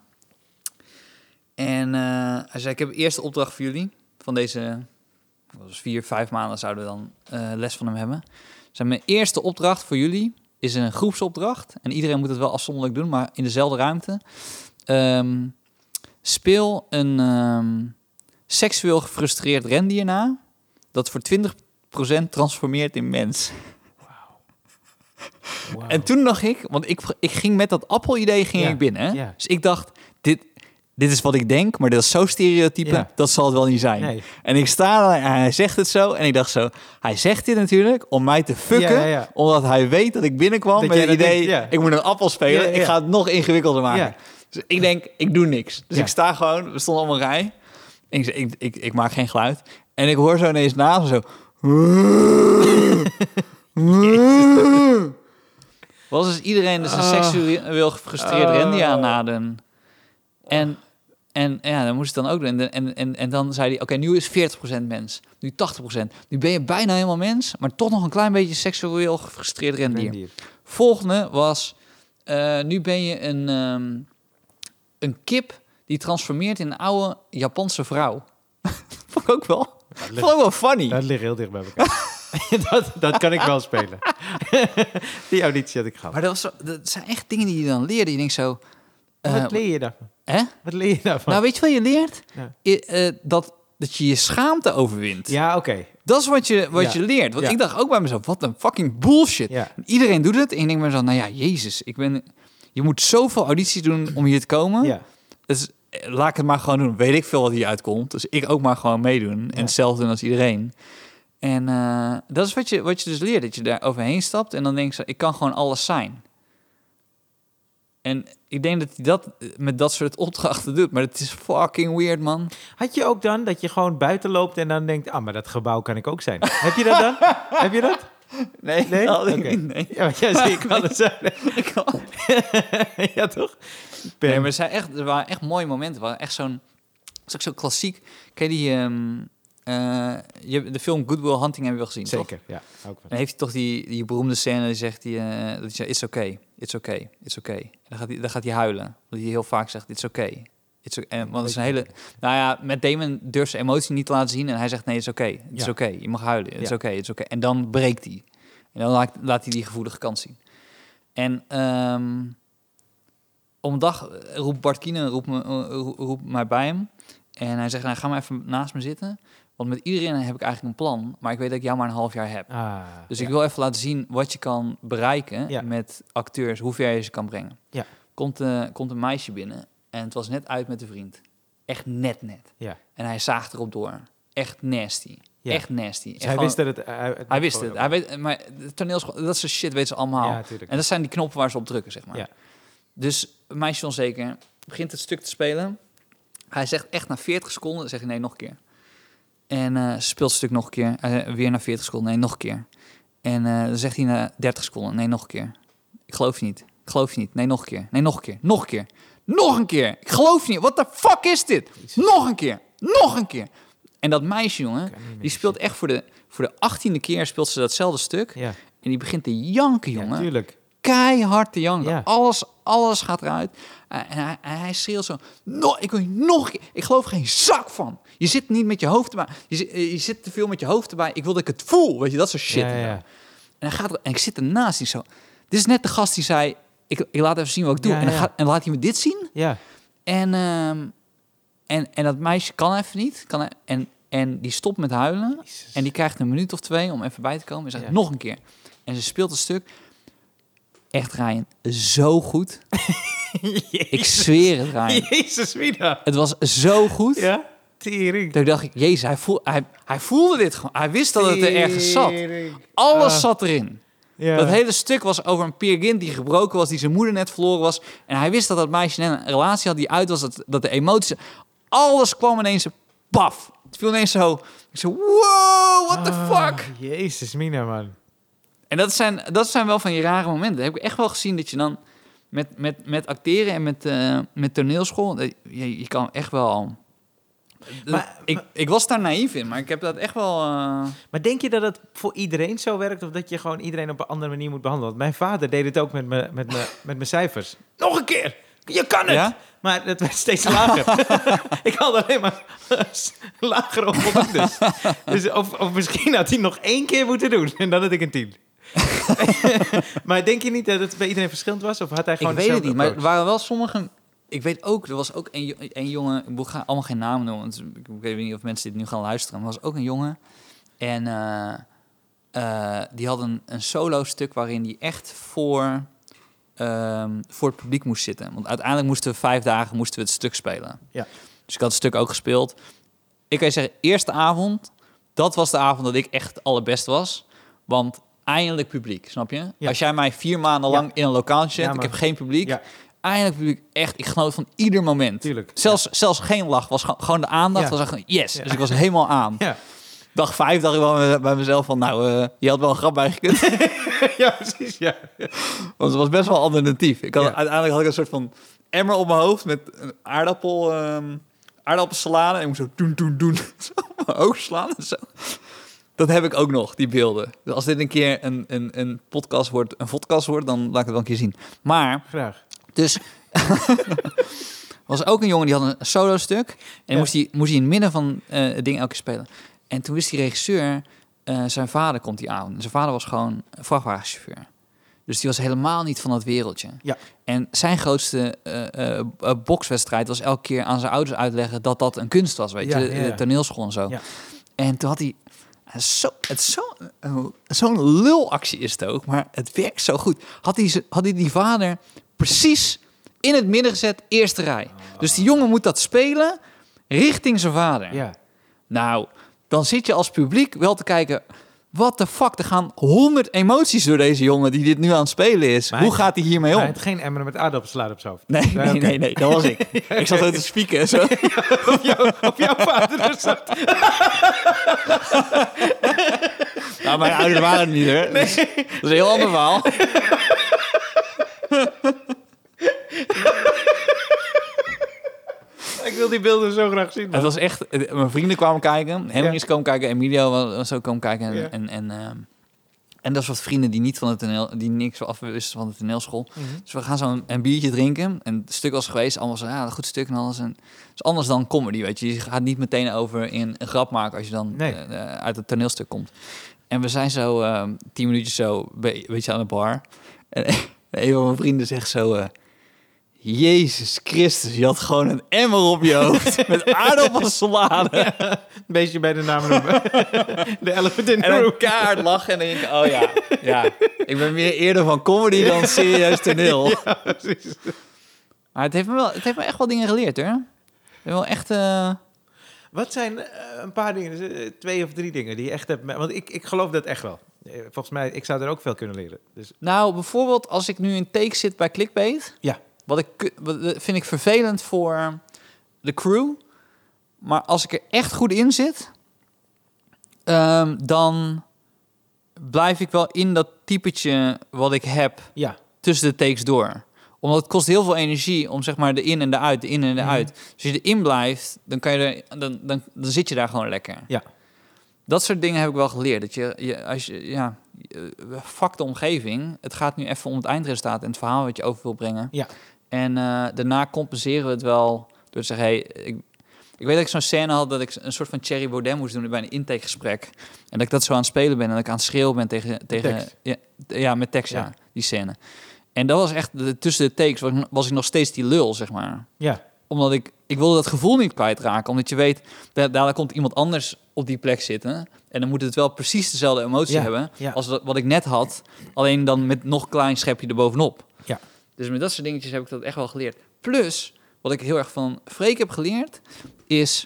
En uh, hij zei, ik heb de eerste opdracht voor jullie. Van deze wat was vier, vijf maanden zouden we dan uh, les van hem hebben. Zei, mijn eerste opdracht voor jullie is een groepsopdracht. En iedereen moet het wel afzonderlijk doen, maar in dezelfde ruimte. Um, speel een um, seksueel gefrustreerd rendier na. Dat voor twintig procent transformeert in mens. Wow. En toen dacht ik, want ik, ik ging met dat appelidee ging Ja, ik binnen. Hè? ja. Dus ik dacht, dit, dit is wat ik denk, maar dit is zo stereotype, Ja. dat zal het wel niet zijn. Nee. En ik sta daar en hij zegt het zo. En ik dacht zo, hij zegt dit natuurlijk om mij te fucken. Ja, ja, ja. Omdat hij weet dat ik binnenkwam Dat met jij het dat idee, denkt, ja. ik moet een appel spelen. Ja, ja. Ik ga het nog ingewikkelder maken. Ja. Dus ik denk, ik doe niks. Dus Ja. ik sta gewoon, we stonden op een rij. En ik, zeg, ik, ik, ik maak geen geluid. En ik hoor zo ineens naast me zo... Was dus iedereen dus een Ah. seksueel gefrustreerd Oh. rendier aan naden. En, en ja, dan moest ik dan ook doen. En, en, en, en dan zei hij, oké, nu is veertig procent mens. Nu tachtig procent. Nu ben je bijna helemaal mens, maar toch nog een klein beetje seksueel gefrustreerd rendier. Rendier. Volgende was, uh, nu ben je een, um, een kip die transformeert in een oude Japanse vrouw. Vond ik ook wel, Dat vond ik ook wel funny. Dat ligt heel dicht bij elkaar. dat, dat kan ik wel spelen. Die auditie had ik gehad. Maar dat, was zo, dat zijn echt dingen die je dan leerde. Je denkt zo... Uh, Wat leer je daarvan? hè? Wat leer je daarvan? Nou, weet je wat je leert? Ja. I, uh, dat dat je je schaamte overwint. Ja, oké. Okay. Dat is wat je, wat Ja. je leert. Want Ja. ik dacht ook bij mezelf, wat een fucking bullshit. Ja. Iedereen doet het. En ik denk bij mezelf, nou ja, jezus. Ik ben, je moet zoveel audities doen om hier te komen. Ja. Dus laat ik het maar gewoon doen. Weet ik veel wat hier uitkomt. Dus ik ook maar gewoon meedoen. En Ja. hetzelfde doen als iedereen. En uh, dat is wat je, wat je dus leert. Dat je daar overheen stapt en dan denk je, ik kan gewoon alles zijn. En ik denk dat hij dat met dat soort opdrachten doet. Maar het is fucking weird, man. Had je ook dan dat je gewoon buiten loopt en dan denkt... ah, maar dat gebouw kan ik ook zijn. Heb je dat dan? Heb je dat? Nee, Nee? dat had ik Okay. niet, nee. Ja, maar jij zie ik kan het zijn. Ik kan... Ja, toch? Nee, maar er, zijn echt, er waren echt mooie momenten. Er waren echt zo'n... Dat is ook zo klassiek. Ken je die... Um, uh, je hebt de film Good Will Hunting heb je wel gezien, Zeker, toch? ja. Ook Dan heeft hij toch die, die beroemde scène, die zegt hij, uh, dat hij zegt, it's okay, it's okay, it's okay. Dan gaat hij, dan gaat hij huilen, omdat hij heel vaak zegt, it's okay. It's okay. En, want het is een hele... Nou ja, met Damon durft zijn emotie niet te laten zien en hij zegt, nee, it's okay, it's ja. okay. Je mag huilen, it's ja. okay, it's okay. En dan breekt hij. En dan laat, laat hij die gevoelige kant zien. En um, om een dag roept Bart Kienen, roept, me, uh, roept mij bij hem. En hij zegt, nou, ga maar even naast me zitten. Want met iedereen heb ik eigenlijk een plan. Maar ik weet dat ik jou maar een half jaar heb. Ah, dus ja. ik wil even laten zien wat je kan bereiken ja. met acteurs. Hoe ver je ze kan brengen. Ja. Komt, uh, komt een meisje binnen. En het was net uit met een vriend. Echt net net. Ja. En hij zaagt erop door. Echt nasty. Ja. Echt nasty. Dus hij gewoon, wist dat het... Uh, het hij wist het. Hij weet, maar de toneelschool, dat soort shit weten ze allemaal. Ja, en dat zijn die knoppen waar ze op drukken, zeg maar. Ja. Dus een meisje onzeker. Begint het stuk te spelen. Hij zegt echt na veertig seconden, dan zegt hij nee, nog een keer. En uh, speelt het stuk nog een keer. Uh, weer na veertig seconden, nee, nog een keer. En uh, dan zegt hij na dertig seconden, nee, nog een keer. Ik geloof je niet. Ik geloof je niet. Nee, nog een keer. Nee, nog een keer. Nog een keer. Nog een keer. Ik geloof je niet. What the fuck is dit? Nog een keer. Nog een keer. En dat meisje, jongen, die speelt echt voor de, voor de achttiende keer speelt ze datzelfde stuk. Ja. En die begint te janken, jongen. Ja, tuurlijk. Keihard te janken. Ja. Alles, alles gaat eruit. Uh, en hij, hij schreeuwt zo... No, ik wil je nog een keer... Ik geloof er geen zak van. Je zit niet met je hoofd erbij. Je zit, je zit te veel met je hoofd erbij. Ik wil dat ik het voel. Weet je, dat soort shit. Ja, ja. En, hij gaat er, en ik zit ernaast. Die zo... Dit is net de gast die zei... Ik, ik laat even zien wat ik doe. Ja, en, dan ja. gaat, en laat hij me dit zien. Ja. En, um, en, en dat meisje kan even niet. Kan, en, en die stopt met huilen. Jezus. En die krijgt een minuut of twee om even bij te komen. En zegt ja. nog een keer. En ze speelt een stuk... Echt, Ryan, zo goed. Ik zweer het, Ryan. Jezus, Mina. Het was zo goed. Ja, tering. Toen dacht ik, jezus, hij, voel, hij, hij voelde dit gewoon. Hij wist dat het er ergens zat. Alles uh, zat erin. Ja. Dat hele stuk was over een Peer Gynt die gebroken was, die zijn moeder net verloren was. En hij wist dat dat meisje net een relatie had die uit was, dat, dat de emoties... Alles kwam ineens, paf. Het viel ineens zo... Ik zo, wow, what the fuck? Uh, jezus, Mina, man. En dat zijn, dat zijn wel van je rare momenten. Dat heb ik echt wel gezien dat je dan met, met, met acteren en met, uh, met toneelschool... Je, je kan echt wel... Maar, ik, maar, ik was daar naïef in, maar ik heb dat echt wel... Uh... Maar denk je dat het voor iedereen zo werkt... of dat je gewoon iedereen op een andere manier moet behandelen? Want mijn vader deed het ook met mijn met me, met me cijfers. Nog een keer! Je kan het! Ja? Maar het werd steeds lager. Ik had alleen maar lager op voldoendes. Dus of, of misschien had hij nog één keer moeten doen. En dan had ik een tien. Maar denk je niet dat het bij iedereen verschillend was? Of had hij gewoon ik weet het niet, approach? Maar er waren wel sommige... Ik weet ook, er was ook een, een jongen... Ik ga allemaal geen namen noemen, want ik weet niet of mensen dit nu gaan luisteren. Maar er was ook een jongen. En uh, uh, die had een, een solo-stuk waarin hij echt voor, um, voor het publiek moest zitten. Want uiteindelijk moesten we vijf dagen moesten we het stuk spelen. Ja. Dus ik had het stuk ook gespeeld. Ik kan je zeggen, eerste avond... Dat was de avond dat ik echt het allerbest was. Want eindelijk publiek, snap je? Ja. Als jij mij vier maanden lang ja. in een lokaal zet... Ja, ik heb geen publiek... Ja. Eindelijk publiek, echt, ik genoot van ieder moment. Tuurlijk. Zelfs, ja. zelfs geen lach, was gewoon de aandacht. Ja. Was gewoon yes, ja. Dus ik was helemaal aan. Ja. Dag vijf dacht ik wel bij mezelf van, nou, uh, je had wel een grap bijgekund. Ja, precies, ja. Want het was best wel alternatief. Ik had, ja. Uiteindelijk had ik een soort van emmer op mijn hoofd met een aardappel, um, aardappelsalade. En ik moest zo doen, doen, doen. Zo mijn hoofd slaan en zo. Dat heb ik ook nog, die beelden. Dus als dit een keer een, een, een podcast wordt, een podcast wordt, dan laat ik het wel een keer zien. Maar... Graag. Dus was ook een jongen die had een solo stuk en ja. moest hij moest hij in het midden van uh, het ding elke keer spelen. En toen wist die regisseur, uh, zijn vader komt die avond. En zijn vader was gewoon een vrachtwagenchauffeur. Dus die was helemaal niet van dat wereldje. Ja. En zijn grootste uh, uh, bokswedstrijd was elke keer aan zijn ouders uitleggen dat dat een kunst was, weet Ja, je, de, ja, ja. de toneelschool en zo. Ja. En toen had hij... Zo, het is zo, uh, zo'n lulactie is het ook, maar het werkt zo goed. Had hij, ze- had hij die vader precies in het midden gezet, eerste rij. Dus die jongen moet dat spelen richting zijn vader. Ja. Nou, dan zit je als publiek wel te kijken... What the fuck, er gaan honderd emoties door deze jongen die dit nu aan het spelen is. Maar Hoe hij- gaat hij hiermee Hij om? had geen emmer met aardappelslaan op zijn hoofd. Nee, Ja, nee, oké. nee, nee, dat was ik. Ik zat ook te spieken en zo. op, jou, op jouw vader dus zat. Nou, mijn ouders waren er niet, hoor. Dus, dat is een heel ander verhaal. Ik wil die beelden zo graag zien. man. Het was echt... eh, Mijn vrienden kwamen kijken. Henry Ja. is komen kijken. Emilio was, was ook komen kijken. En, Ja. en, en, ehm, en dat is wat vrienden die niet van het toneel... Die niks afwisten van de toneelschool. Mhm. Dus we gaan zo een, een biertje drinken. En het stuk was geweest. Allemaal zo, ja, een goed stuk en alles. En het is anders dan comedy, weet je. Je gaat niet meteen over in een grap maken als je dan Nee. eh, eh, uit het toneelstuk komt. En we zijn zo ehm, tien minuutjes zo be- een beetje aan de bar. En een van mijn vrienden zegt zo... eh, Jezus Christus, je had gewoon een emmer op je hoofd met aardappelsalade. Een beetje bij de naam noemen. De elephant in the En room. een kaart lachen en dan denk ik, oh ja, ja, ik ben meer eerder van comedy dan serieus toneel. Ja, precies. Maar het heeft, me wel, het heeft me echt wel dingen geleerd, hoor. Het heeft wel echt... eh, Wat zijn eh, een paar dingen, dus, eh, twee of drie dingen die je echt hebt... me- Want ik, ik geloof dat echt wel. Eh, Volgens mij, ik zou er ook veel kunnen leren. Dus Nou, bijvoorbeeld als ik nu in take zit bij Clickbait... ja, Wat ik ku- wat, dat vind ik vervelend voor de crew. Maar als ik er echt goed in zit... ehm, dan blijf ik wel in dat typetje wat ik heb... ja, tussen de takes door. Omdat het kost heel veel energie om zeg maar de in en de uit, de in en de Mhm. uit. Dus als je erin blijft, dan, kan je er, dan, dan, dan zit je daar gewoon lekker. Ja. Dat soort dingen heb ik wel geleerd. Dat je, je als je, ja, je- fuck de omgeving. Het gaat nu even om het eindresultaat en het verhaal wat je over wil brengen. Ja. En eh, daarna compenseren we het wel door te zeggen, hey, ik, ik weet dat ik zo'n scène had dat ik een soort van Thierry Baudet moest doen bij een intakegesprek. En dat ik dat zo aan het spelen ben en dat ik aan het schreeuwen ben tegen... tegen tekst. Ja, t- ja, met tekst, ja. Ja. die scène. En dat was echt, de, tussen de takes was, ik- was ik nog steeds die lul, zeg maar. ja, Omdat ik, ik wilde dat gevoel niet kwijtraken. Omdat je weet, da daar komt iemand anders op die plek zitten. En dan moet het wel precies dezelfde emotie Ja, hebben ja. als dat, wat ik net had. Alleen dan met nog een klein schepje erbovenop. Ja. Dus met dat soort dingetjes heb ik dat echt wel geleerd. Plus, wat ik heel erg van Freek heb geleerd, is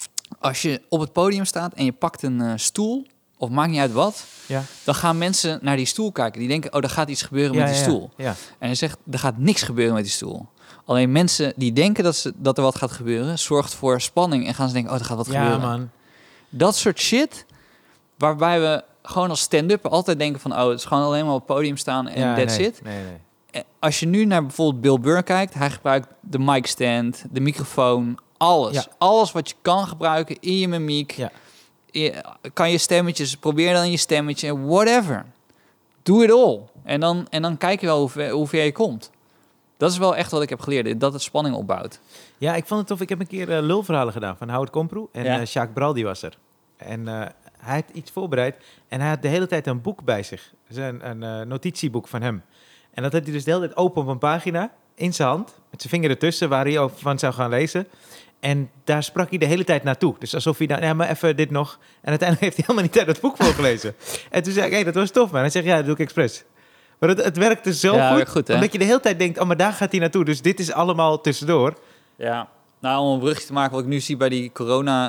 als je op het podium staat en je pakt een eh, stoel, of maakt niet uit wat, ja. dan gaan mensen naar die stoel kijken. Die denken, oh, er gaat iets gebeuren ja, met die ja, stoel. Ja, En hij zegt, er gaat niks gebeuren met die stoel. Alleen mensen die denken dat, ze, dat er wat gaat gebeuren, zorgt voor spanning en gaan ze denken, oh, er gaat wat ja, gebeuren. man. Dat soort shit, waarbij we gewoon als stand-up altijd denken van, oh, het is gewoon alleen maar op het podium staan en Ja, that's nee, it. Nee, nee. Eh, Als je nu naar bijvoorbeeld Bill Burr kijkt, hij gebruikt de mic stand, de microfoon, alles. Ja. Alles wat je kan gebruiken in je mimiek. Ja. Je- kan je stemmetjes, probeer dan je stemmetje, whatever. Doe it all. En dan, en dan kijk je wel hoe ver, hoe ver je komt. Dat is wel echt wat ik heb geleerd, dat het spanning opbouwt. Ja, ik vond het tof. Ik heb een keer eh, lulverhalen gedaan van Howard Komproe. En Ja. eh Sjaak Braldi was er. En eh, hij had iets voorbereid. En hij had de hele tijd een boek bij zich. Dus een, een eh, notitieboek van hem. En dat had hij dus de hele tijd open op een pagina. In zijn hand. Met zijn vinger ertussen waar hij over van zou gaan lezen. En daar sprak hij de hele tijd naartoe. Dus alsof hij dan, ja, maar even dit nog. En uiteindelijk heeft hij helemaal niet uit het boek voorgelezen. En toen zei ik, hé, dat was tof, man. Hij zegt, ja, dat doe ik expres. Maar het, het werkte zo Ja, goed, werkt goed, hè? omdat je de hele tijd denkt, oh, maar daar gaat hij naartoe. Dus dit is allemaal tussendoor. Ja. Nou, om een brugje te maken, wat ik nu zie bij die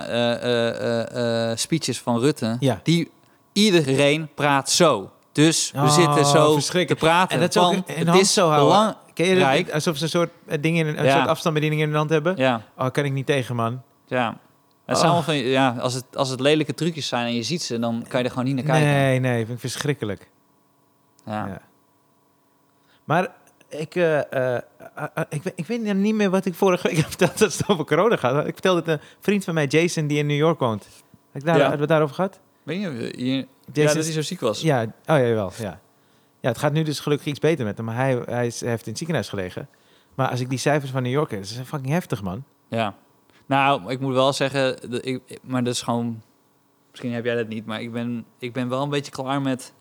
corona-speeches van Rutte. Ja. Die, iedereen praat zo. Dus we Oh, zitten zo te verschrikkelijk. praten. En dat is ook want een het hand is zo houden. belang- Ken je Rijk. dat? Alsof ze een soort eh, dingen, in een, een Ja. soort afstandsbediening in de hand hebben. Ja, Oh, kan ik niet tegen, man. ja. Het Oh. zijn allemaal van, ja, als het, als het lelijke trucjes zijn en je ziet ze, dan kan je er gewoon niet naar kijken. Nee, nee, vind ik verschrikkelijk. Ja. Ja. Maar ik, eh, eh, eh, eh, ik, weet- ik weet niet meer wat ik vorige week heb verteld dat het over corona gaat. Ik vertelde het een vriend van mij, Jason, die in New York woont. Heb ik daar, Ja. hebben we het daarover gehad? Weet je, hier, ja, Jason, dat hij zo ziek was. ja, oh ja, jawel, ja. Ja, het gaat nu dus gelukkig iets beter met hem, maar hij, hij, is, hij heeft in het ziekenhuis gelegen. Maar als ik die cijfers van New York heb, dat is fucking heftig, man. Ja. Nou, ik moet wel zeggen, dat ik, maar dat is gewoon... Misschien heb jij dat niet, maar ik ben, ik ben wel een beetje klaar met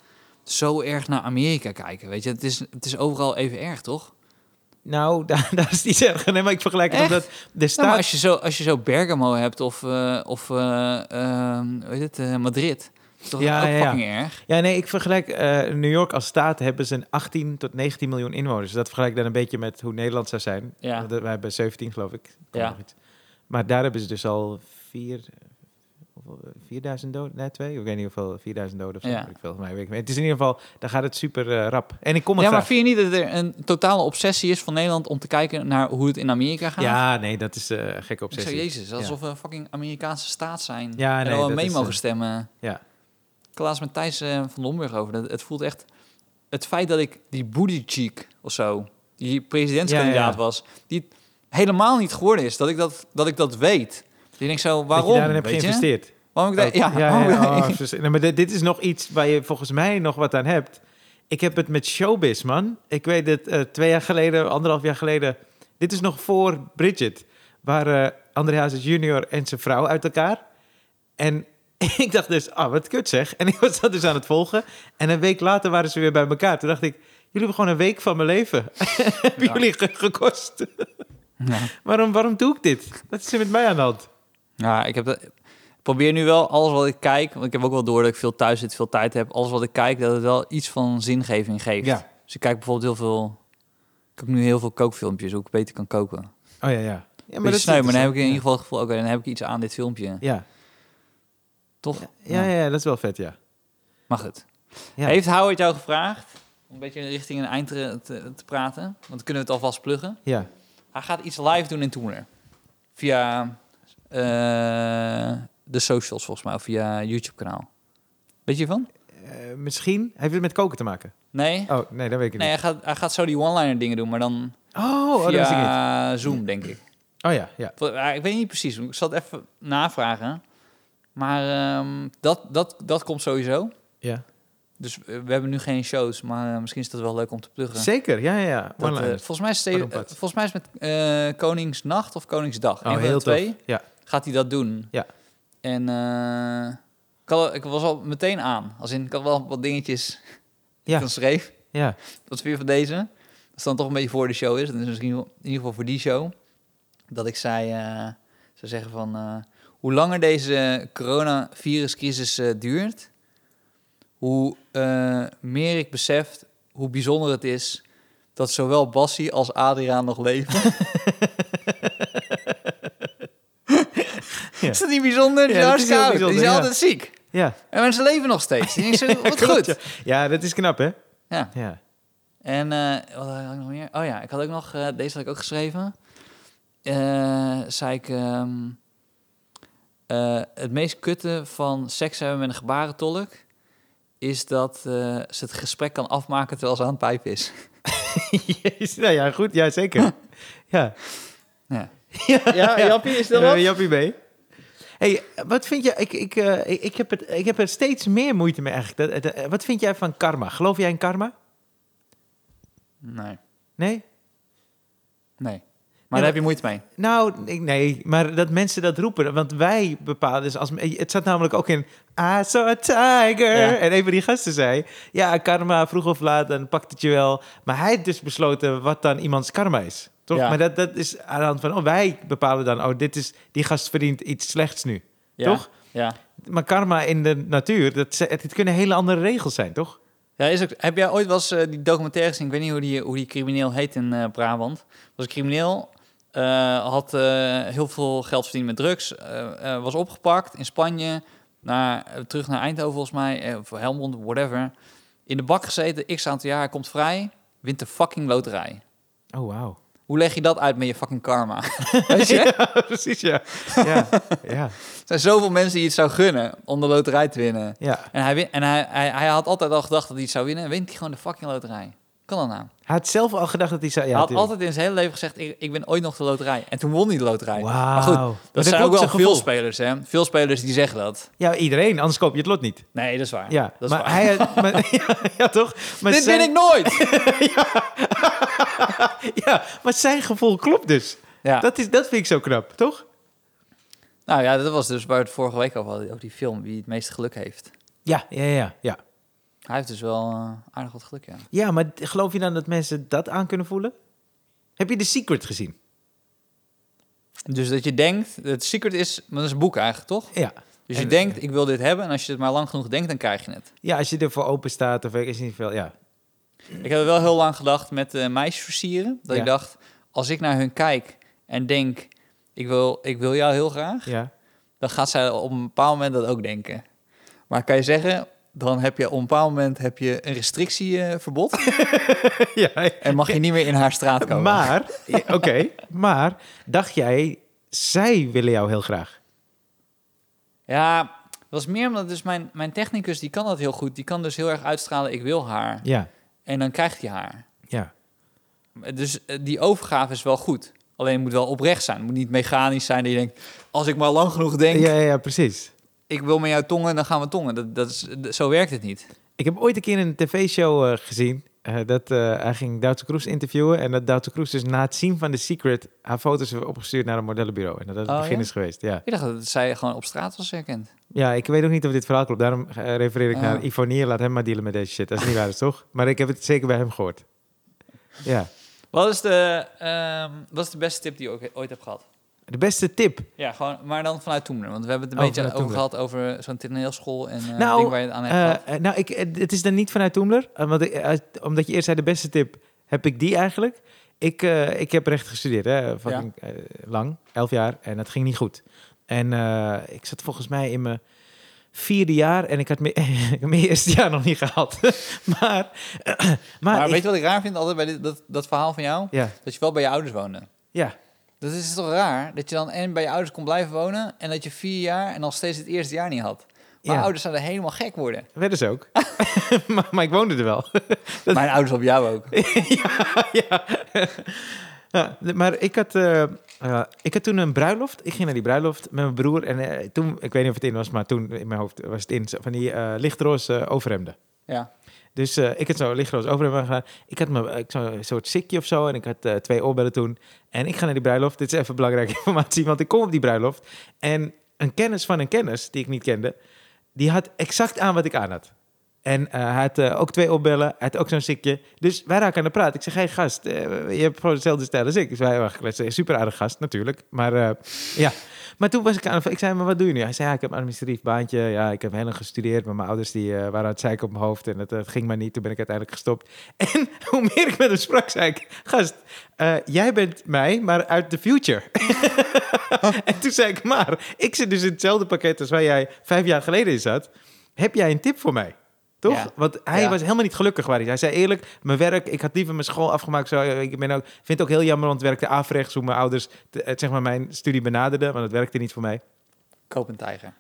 zo erg naar Amerika kijken. Weet je, het is, het is overal even erg, toch? Nou, daar, daar is niet erg. Nee, maar ik vergelijk het Echt? omdat de Ja, staat... maar als je zo, als je zo Bergamo hebt of, uh, of uh, uh, hoe heet het, uh, Madrid, is toch Ja, ook ja, ja. fucking erg? Ja, nee, ik vergelijk... Uh, New York als staat hebben ze achttien tot negentien miljoen inwoners. Dus dat vergelijk ik dan een beetje met hoe Nederland zou zijn. Ja. We hebben zeventien, geloof ik. Ja. Maar daar hebben ze dus al vier... vierduizend doden? Nee, twee? Ik weet niet hoeveel. vierduizend doden of zo. Ja. Ik veel, maar ik weet niet. Het is in ieder geval... Daar gaat het super uh, rap. En ik kom er Ja, graag. maar vind je niet dat er een totale obsessie is van Nederland om te kijken naar hoe het in Amerika gaat? Ja, nee, dat is uh, een gekke Ik obsessie. zeg, jezus, alsof ja. we een fucking Amerikaanse staat zijn. Ja, nee, en dat we dat mee is, mogen uh, stemmen. Ja. Ik had laatst met Thijs uh, van Lomburg over. Dat, het voelt echt... Het feit dat ik die Buttigieg of zo, die presidentskandidaat ja, ja. was, die het helemaal niet geworden is, dat ik dat, dat, ik dat weet. Die denk zo, waarom? Dat je daarin hebt weet je? geïnvesteerd. Waarom ik daar... Ja, ja, waarom ja, ik- oh, vers- nee, maar dit, dit is nog iets waar je volgens mij nog wat aan hebt. Ik heb het met showbiz, man. Ik weet het uh, twee jaar geleden, anderhalf jaar geleden. Dit is nog voor Bridget. Waren uh, André Hazes junior en zijn vrouw uit elkaar. En ik dacht dus, ah, wat kut zeg. En ik was dat dus aan het volgen. En een week later waren ze weer bij elkaar. Toen dacht ik, jullie hebben gewoon een week van mijn leven. hebben Ja. jullie ge- gekost. Ja. waarom, waarom doe ik dit? Wat is er met mij aan de hand? Ja, ik heb dat... Ik probeer nu wel alles wat ik kijk, want ik heb ook wel door dat ik veel thuis zit, veel tijd heb. Alles wat ik kijk, dat het wel iets van zingeving geeft. Ja. Dus ik kijk bijvoorbeeld heel veel... Ik kijk nu heel veel kookfilmpjes, hoe ik beter kan koken. Oh ja, ja. ja Maar dat is sneu, maar dan heb ik in ieder ja. geval het gevoel, oké, dan heb ik iets aan dit filmpje. Ja. Toch? Ja, ja, ja, dat is wel vet, ja. Mag het. Ja. Heeft Howard jou gevraagd om een beetje richting een eind te, te, te praten? Want dan kunnen we het alvast pluggen. Ja. Hij gaat iets live doen in Toemler. Via uh, de socials volgens mij, of via YouTube-kanaal. Weet je van? Uh, misschien. Heeft het met koken te maken? Nee? Oh, nee, dat weet ik Nee, niet. hij gaat, hij gaat zo die one-liner dingen doen, maar dan Oh, oh dat wist ik niet. via Zoom, denk ik. Oh ja, ja. Ja, ik weet niet precies, ik zal het even navragen. Maar um, dat, dat, dat komt sowieso. Ja. Dus we hebben nu geen shows, maar uh, misschien is dat wel leuk om te pluggen. Zeker, ja, ja, ja. Dat, uh, One-liners. volgens, mij is het, Waarom uh, wat? volgens mij is het met uh, Koningsnacht of Koningsdag. Oh, een van heel de twee tof. Ja. gaat hij dat doen. Ja. En uh, ik, had, ik was al meteen aan. Als in, ik had wel wat dingetjes die Ja. ik dan schreef. Ja. Wat weer van deze. Dat het dan toch een beetje voor de show is. Dus misschien wel- in ieder geval voor die show. Dat ik zei, uh, zou zeggen van... Uh, hoe langer deze coronaviruscrisis uh, duurt... hoe uh, meer ik besef hoe bijzonder het is... dat zowel Bassie als Adriaan nog leven. Ja. Is dat niet bijzonder? Die Ja, zijn dat is heel hartstikke oud. bijzonder, Die zijn ja. altijd ziek. Ja. En mensen leven nog steeds. Die denken zo, wat Klopt, goed. Ja. ja, dat is knap, hè? Ja. Ja. En uh, wat had ik nog meer? Oh ja, ik had ook nog... Uh, deze had ik ook geschreven. Uh, zei ik... Um, uh, het meest kutte van seks hebben met een gebarentolk... is dat uh, ze het gesprek kan afmaken terwijl ze aan het pijpen is. Jezus, nou ja, goed. Ja, zeker. Ja. Ja, Ja, ja Jappie, is dat Uh, wat? Jappie mee. Hey, wat vind je... Ik, ik, uh, ik, ik, heb het, ik heb er steeds meer moeite mee eigenlijk. Dat, dat, wat vind jij van karma? Geloof jij in karma? Nee, Nee? nee. maar- Maar daar heb je moeite mee. Nou, ik- nee, maar dat mensen dat roepen. Want wij bepalen dus als... Het staat namelijk ook in... I saw a tiger. Ja. En een van die gasten zei... Ja, karma, vroeg of laat, dan pakt het je wel. Maar hij heeft dus besloten wat dan iemands karma is. Toch? Ja. Maar dat, dat is aan de hand van... Oh, wij bepalen dan... Oh, dit is, die gast verdient iets slechts nu. Ja. Toch? Ja. Maar karma in de natuur... Dat, ze- het, het kunnen hele andere regels zijn, toch? Ja, is ook, heb jij ooit wel eens uh, die documentaire gezien? Ik weet niet hoe die, hoe die crimineel heet in uh, Brabant. Was een crimineel, uh, had uh, heel veel geld verdiend met drugs. Uh, uh, was opgepakt in Spanje, naar, uh, terug naar Eindhoven volgens mij, uh, of Helmond, whatever. In de bak gezeten, x aantal jaar, komt vrij, wint de fucking loterij. Oh, wauw. Hoe leg je dat uit met je fucking karma? Weet je? Ja, precies, ja. Ja, ja, Er zijn zoveel mensen die het zou gunnen om de loterij te winnen. ja. En hij, win, en hij, hij, hij had altijd al gedacht dat hij het zou winnen. Wint hij gewoon de fucking loterij. Kan dat nou? Hij had zelf al gedacht dat hij zou... Ja, hij had tuurlijk. altijd in zijn hele leven gezegd, ik, ik win ooit nog de loterij. En toen won hij de loterij. Wauw. Maar goed, Maar dat zijn klopt ook wel zijn veel gevoel. spelers, hè? Veel spelers die zeggen dat. Ja, iedereen, anders koop je het lot niet. Nee, dat is waar. Ja, dat is maar waar. hij... Maar, ja, ja, toch? Maar Dit zijn, win ik nooit! Ja, maar zijn gevoel klopt dus. Ja. Dat, is, dat vind ik zo knap, toch? Nou ja, dat was dus waar we het vorige week over hadden. Ook die film, wie het meeste geluk heeft. Ja, ja, ja, ja. Hij heeft dus wel uh, aardig wat geluk, ja. Ja, maar geloof je dan dat mensen dat aan kunnen voelen? Heb je The Secret gezien? Dus dat je denkt, het Secret is, maar dat is een boek eigenlijk, toch? Ja. Dus je en, denkt, ik wil dit hebben. En als je het maar lang genoeg denkt, dan krijg je het. Ja, als je ervoor open staat of is niet veel, ja. Ik heb er wel heel lang gedacht met uh, meisjes versieren. Dat ja. ik dacht, als ik naar hun kijk en denk, ik wil, ik wil jou heel graag. Ja. Dan gaat zij op een bepaald moment dat ook denken. Maar kan je zeggen, dan heb je op een bepaald moment heb je een restrictieverbod. ja. En mag je niet meer in haar straat komen. Maar, oké, okay, maar dacht jij, zij willen jou heel graag? Ja, dat was meer omdat dus mijn, mijn technicus, die kan dat heel goed. Die kan dus heel erg uitstralen, ik wil haar. Ja. En dan krijgt hij haar. Ja. Dus die overgave is wel goed. Alleen het moet wel oprecht zijn. Het moet niet mechanisch zijn dat je denkt, als ik maar lang genoeg denk... Ja, ja, ja, precies. Ik wil met jou tongen, dan gaan we tongen. Dat, dat is, dat, zo werkt het niet. Ik heb ooit een keer een tv-show uh, gezien. Uh, dat uh, hij ging Duitse Kroes interviewen. En dat Duitse Kroes dus na het zien van The Secret haar foto's heeft opgestuurd naar een modellenbureau. En dat dat het oh, begin ja? is geweest, ja. Ik dacht dat zij gewoon op straat was herkend. Ja, ik weet ook niet of dit verhaal klopt. Daarom uh, refereer ik oh. naar Ivonier. Laat hem maar dealen met deze shit. Dat is niet waar, toch? Maar ik heb het zeker bij hem gehoord. Ja. Wat is de, um, wat is de beste tip die je ook, ooit hebt gehad? De beste tip? Ja, gewoon, maar dan vanuit Toemler. Want we hebben het een oh, beetje over gehad over zo'n toneelschool en uh, nou, dingen waar je het aan hebt uh, gehad. Uh, nou, ik, het is dan niet vanuit Toemler. Uh, want ik, uh, omdat je eerst zei de beste tip, heb ik die eigenlijk. Ik, uh, ik heb recht gestudeerd, hè, fucking, ja. uh, lang, elf jaar. En dat ging niet goed. En uh, ik zat volgens mij in mijn vierde jaar en ik had mijn, mijn eerste jaar nog niet gehaald. maar uh, maar, maar ik, weet je wat ik raar vind altijd bij dit, dat, dat verhaal van jou? Ja. Dat je wel bij je ouders woonde. Ja. Dat is toch raar? Dat je dan en bij je ouders kon blijven wonen en dat je vier jaar en nog steeds het eerste jaar niet had. Mijn ja. ouders zouden helemaal gek worden. Werden ze ook. maar, maar ik woonde er wel. dat... Mijn ouders op jou ook. ja, ja. ja, maar ik had, uh, uh, ik had toen een bruiloft. Ik ging naar die bruiloft met mijn broer. En uh, toen, ik weet niet of het in was, maar toen in mijn hoofd was het in. Van die uh, lichtroze uh, overhemden. Ja. Dus uh, ik had zo lichtroze overhemden gedaan. Ik had me, ik zo, een soort sikje of zo. En ik had uh, twee oorbellen toen. En ik ga naar die bruiloft. Dit is even belangrijke informatie, want ik kom op die bruiloft. En een kennis van een kennis, die ik niet kende, die had exact aan wat ik aan had. En uh, hij had uh, ook twee opbellen, hij had ook zo'n sikje. Dus wij raken aan de praat. Ik zeg, hey gast, uh, je hebt gewoon dezelfde stijl als ik. Dus wij waren super aardig gast, natuurlijk. Maar uh, ja, maar toen was ik aan. Ik zei, maar wat doe je nu? Hij zei, ja, ik heb een administratief baantje. Ja, ik heb heel lang gestudeerd, maar mijn ouders die, uh, waren aan het zeiken op mijn hoofd. En het, uh, het ging maar niet. Toen ben ik uiteindelijk gestopt. En hoe meer ik met hem sprak, zei ik, gast, uh, jij bent mij, maar uit the future. En toen zei ik, maar ik zit dus in hetzelfde pakket als waar jij vijf jaar geleden in zat. Heb jij een tip voor mij? Toch? Ja. Want hij ja. was helemaal niet gelukkig waar hij. Hij zei eerlijk, mijn werk, ik had liever mijn school afgemaakt. Zo, ik ben ook, vind het ook heel jammer, want het werkte averechts hoe mijn ouders te, zeg maar mijn studie benaderden, want het werkte niet voor mij. Koop een tijger.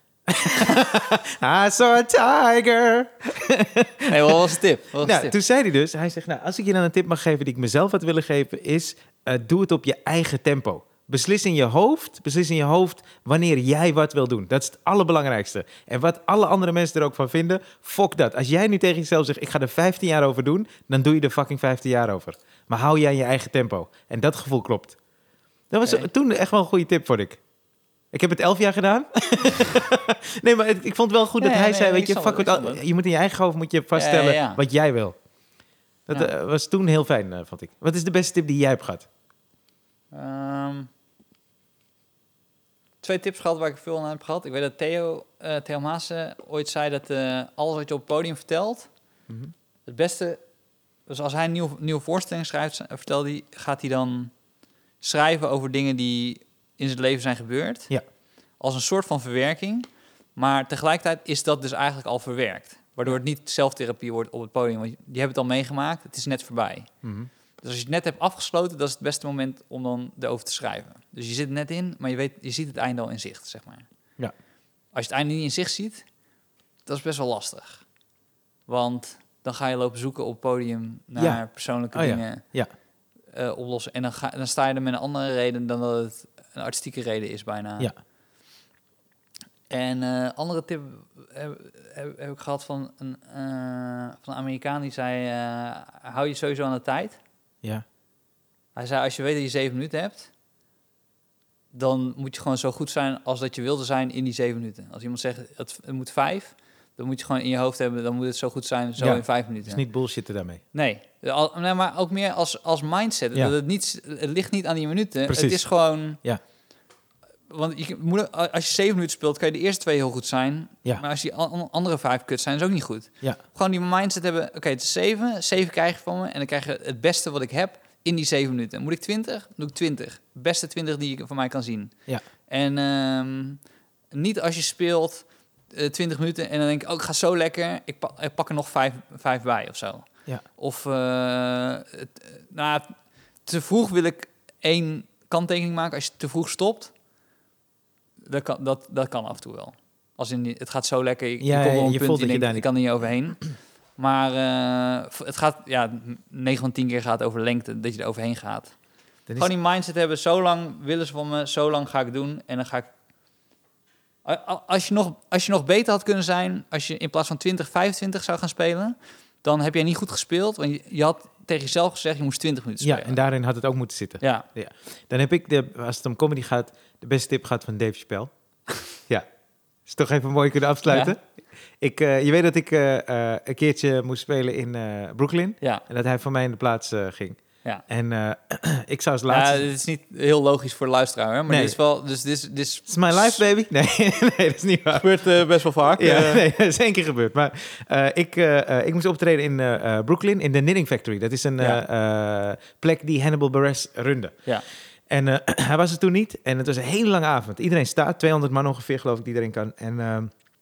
I saw a tiger. Nee, wat was de tip? Wat was nou, de tip? Toen zei hij dus, hij zegt, nou, als ik je dan een tip mag geven die ik mezelf had willen geven, is uh, doe het op je eigen tempo. Beslis in je hoofd, beslis in je hoofd wanneer jij wat wil doen. Dat is het allerbelangrijkste. En wat alle andere mensen er ook van vinden, fuck dat. Als jij nu tegen jezelf zegt, ik ga er vijftien jaar over doen, dan doe je er fucking vijftien jaar over. Maar hou jij je eigen tempo. En dat gevoel klopt. Dat was okay. Toen echt wel een goede tip, vond ik. Ik heb het elf jaar gedaan. nee, maar het, ik vond het wel goed nee, dat hij nee, zei, weet je, fuck het, al, je moet in je eigen hoofd moet je vaststellen ja, ja, ja. wat jij wil. Dat ja. uh, was toen heel fijn, uh, vond ik. Wat is de beste tip die jij hebt gehad? Um, twee tips gehad waar ik veel aan heb gehad. Ik weet dat Theo, uh, Theo Maassen ooit zei dat uh, alles wat je op het podium vertelt, mm-hmm. het beste, dus als hij een nieuw, nieuwe voorstelling schrijft, vertelt hij, gaat hij dan schrijven over dingen die in zijn leven zijn gebeurd. Ja. Als een soort van verwerking. Maar tegelijkertijd is dat dus eigenlijk al verwerkt. Waardoor het niet zelftherapie wordt op het podium. Want je hebt het al meegemaakt, het is net voorbij. Mm-hmm. Dus als je het net hebt afgesloten, dat is het beste moment om dan erover te schrijven. Dus je zit er net in, maar je, weet, je ziet het einde al in zicht, zeg maar. Ja. Als je het einde niet in zicht ziet, dat is best wel lastig. Want dan ga je lopen zoeken op het podium naar ja. persoonlijke oh, dingen ja. Ja. Uh, oplossen. En dan, ga, dan sta je er met een andere reden dan dat het een artistieke reden is bijna. Ja. En een uh, andere tip heb, heb, heb ik gehad van een, uh, van een Amerikaan die zei, uh, hou je sowieso aan de tijd. Ja. Hij zei, als je weet dat je zeven minuten hebt, dan moet je gewoon zo goed zijn als dat je wilde zijn in die zeven minuten. Als iemand zegt, het, het moet vijf, Dat moet je gewoon in je hoofd hebben. Dan moet het zo goed zijn, zo Ja. in vijf minuten. Dus niet bullshitten daarmee. Nee. Al, nee, maar ook meer als, als mindset. Ja. Dat het, niet, het ligt niet aan die minuten. Precies. Het is gewoon... Ja. Want je moet, als je zeven minuten speelt, kan je de eerste twee heel goed zijn. Ja. Maar als die an- andere vijf kut zijn, is ook niet goed. Ja. Gewoon die mindset hebben. Oké, okay, het is zeven. Zeven krijg je van me. En dan krijg je het beste wat ik heb in die zeven minuten. Moet ik twintig? Dan doe ik twintig. Beste twintig die je van mij kan zien. Ja. En um, niet als je speelt uh, twintig minuten en dan denk ik, oh, ik ga zo lekker. Ik, pa- ik pak er nog vijf, vijf bij of zo. Ja. Of, uh, het, nou, te vroeg wil ik één kanttekening maken. Als je te vroeg stopt, dat kan, dat, dat kan af en toe wel. Als in, het gaat zo lekker, je, Ja, je komt ja, op een je punt, voelt je dat je denkt, daar ik kan er niet overheen. Maar uh, het gaat, ja, negen van tien keer gaat over lengte, dat je er overheen gaat. Dan is... Gewoon die mindset hebben, zo lang willen ze van me, zo lang ga ik doen. En dan ga ik... Als je nog, als je nog beter had kunnen zijn, als je in plaats van twintig, vijfentwintig zou gaan spelen, dan heb jij niet goed gespeeld. Want je, je had tegen jezelf gezegd, je moest twintig minuten spelen. Ja, en daarin had het ook moeten zitten. Ja. Ja. Dan heb ik, de, als het om comedy gaat, de beste tip gehad van Dave Chappelle. Ja, is toch even mooi kunnen afsluiten. Ja. Ik, uh, je weet dat ik uh, uh, een keertje moest spelen in uh, Brooklyn. Ja. En dat hij voor mij in de plaats uh, ging. Ja. En uh, ik zou als laatste... Ja, dit is niet heel logisch voor de luisteraar, hè? Maar nee. dit is wel... Dus dit is, dit is... It's my life, baby. Nee, nee, dat is niet waar. Het gebeurt uh, best wel vaak. Ja, uh... nee, dat is één keer gebeurd. Maar uh, ik, uh, uh, ik moest optreden in uh, Brooklyn, in de Knitting Factory. Dat is een ja. uh, plek die Hannibal Buress runde. Ja. En uh, hij was er toen niet. En het was een hele lange avond. Iedereen staat, tweehonderd man ongeveer, geloof ik, die erin kan. En uh,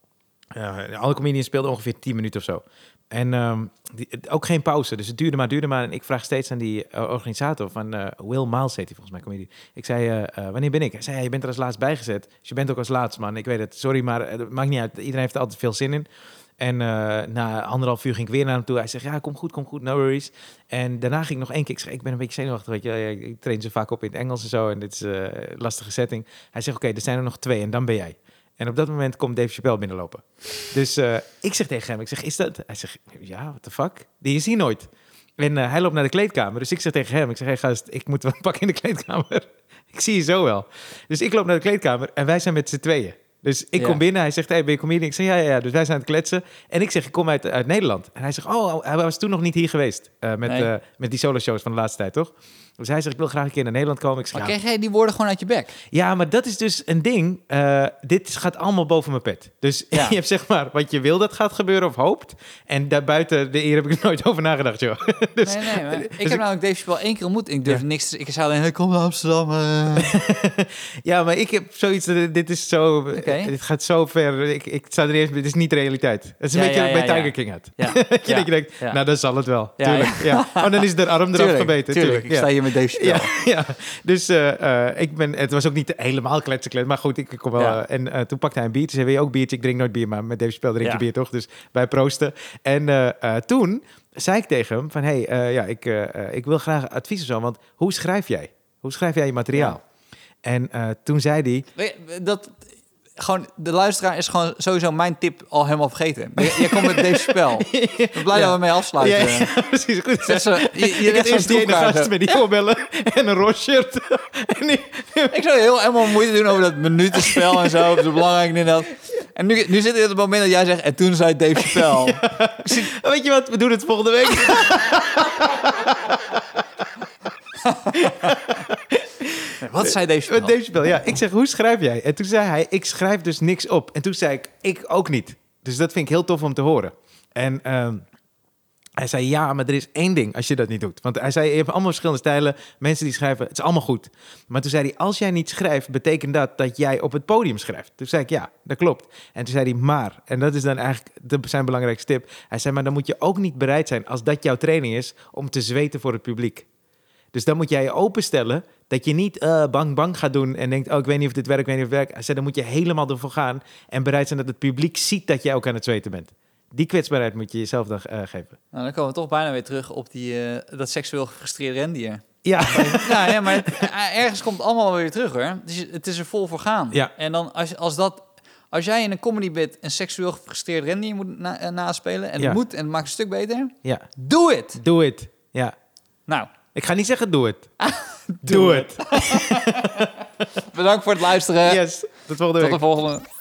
uh, alle comedians speelden ongeveer tien minuten of zo. En um, die, ook geen pauze, dus het duurde maar, duurde maar. En ik vraag steeds aan die uh, organisator van uh, Will Miles, heet hij volgens mij, comedie. Ik zei, uh, uh, wanneer ben ik? Hij zei, ja, je bent er als laatst bijgezet. Dus je bent ook als laatst, man. Ik weet het, sorry, maar het maakt niet uit. Iedereen heeft er altijd veel zin in. En uh, na anderhalf uur ging ik weer naar hem toe. Hij zegt, ja, kom goed, kom goed, no worries. En daarna ging ik nog één keer. Ik zeg, ik ben een beetje zenuwachtig, weet je. Ik train ze vaak op in het Engels en zo. En dit is uh, een lastige setting. Hij zegt, oké, okay, er zijn er nog twee en dan ben jij. En op dat moment komt Dave Chappelle binnenlopen. Dus uh, ik zeg tegen hem, ik zeg, is dat? Hij zegt, ja, what the fuck? Die is hier nooit. En uh, hij loopt naar de kleedkamer. Dus ik zeg tegen hem, ik zeg, hey gast, ik moet wat pakken in de kleedkamer. Ik zie je zo wel. Dus ik loop naar de kleedkamer en wij zijn met z'n tweeën. Dus ik ja. kom binnen, hij zegt, hey, ben je comedian? Ik zeg, ja, ja, ja. Dus wij zijn aan het kletsen. En ik zeg, ik kom uit, uit Nederland. En hij zegt, oh, hij was toen nog niet hier geweest. Uh, met, nee. uh, met die solo-shows van de laatste tijd, toch? Dus hij zegt, ik wil graag een keer naar Nederland komen. Ik zeg, maar ja. kreeg jij die woorden gewoon uit je bek? Ja, maar dat is dus een ding. Uh, dit gaat allemaal boven mijn pet. Dus ja. je hebt zeg maar wat je wil dat gaat gebeuren of hoopt. En daarbuiten, de eer heb ik er nooit over nagedacht, joh. dus, nee, nee, maar ik dus heb ik... namelijk Dave Chappelle één keer ontmoet. En ik durfde ja. niks te... Ik zei alleen, hey, kom naar Amsterdam. Uh. ja, maar ik heb zoiets, dit is zo... Okay. Dit gaat zo ver. Ik, ik sta er eerst... Dit is niet realiteit. Het is een ja, beetje ja, ja, bij Tiger ja. King had. Ja. je ja. denkt, ja. nou, dat zal het wel. Ja, tuurlijk. Ja. Ja. Oh, dan is de arm eraf tuurlijk, gebeten. Tuurlijk, tuurlijk. Ik ja. sta hier met Dave Chappelle. Ja. Ja, dus uh, uh, ik ben, het was ook niet helemaal kletsen, kletsen, maar goed, ik, ik kom wel. Ja. Uh, en uh, toen pakte hij een biertje. Zei, wil je ook biertje? Ik drink nooit bier, maar met Dave Chappelle drink je ja. bier, toch? Dus wij proosten. En uh, uh, toen zei ik tegen hem van, hey, uh, ja, ik, uh, ik wil graag advies of zo, want hoe schrijf jij? Hoe schrijf jij je materiaal? Ja. En uh, toen zei hij... Nee, dat... Gewoon, de luisteraar is gewoon sowieso mijn tip al helemaal vergeten. Je, je komt met Dave Chappelle. Ik ben blij ja. dat we mee afsluiten. Ja, ja, precies. Goed. Zet zo, je, je ik heb eerst die ene gast met die oorbellen en een roze-shirt. Ik zou heel helemaal moeite doen over dat minutenspel en zo. Dat is belangrijk inderdaad. En nu, nu zit het op het moment dat jij zegt... En toen zei Dave Chappelle. Ja. Weet je wat? We doen het volgende week. Wat zei Dave Chappelle? Dave Chappelle, ja. Ik zeg, hoe schrijf jij? En toen zei hij, ik schrijf dus niks op. En toen zei ik, ik ook niet. Dus dat vind ik heel tof om te horen. En um, hij zei, ja, maar er is één ding als je dat niet doet. Want hij zei, je hebt allemaal verschillende stijlen. Mensen die schrijven, het is allemaal goed. Maar toen zei hij, als jij niet schrijft, betekent dat dat jij op het podium schrijft. Toen zei ik, ja, dat klopt. En toen zei hij, maar, en dat is dan eigenlijk de, zijn belangrijkste tip. Hij zei, maar dan moet je ook niet bereid zijn, als dat jouw training is, om te zweten voor het publiek. Dus dan moet jij je openstellen dat je niet uh, bang bang gaat doen en denkt, oh, ik weet niet of dit werkt, ik weet niet of het werkt. Hij zei, dan moet je helemaal ervoor gaan en bereid zijn dat het publiek ziet dat jij ook aan het zweten bent. Die kwetsbaarheid moet je jezelf dan uh, geven. Nou, dan komen we toch bijna weer terug op die, uh, dat seksueel gefrustreerde rendier. Ja. ja, ja, maar het, ergens komt het allemaal weer terug, hoor. Het is, het is er vol voor gaan. Ja. En dan als, als dat... Als jij in een comedy bit een seksueel gefrustreerd rendier moet na, uh, naspelen en ja. het moet en het maakt het een stuk beter, ja. doe het! Doe het, ja. Nou... Ik ga niet zeggen doe het. Doe het. Bedankt voor het luisteren. Yes, tot volgende week. Tot de volgende.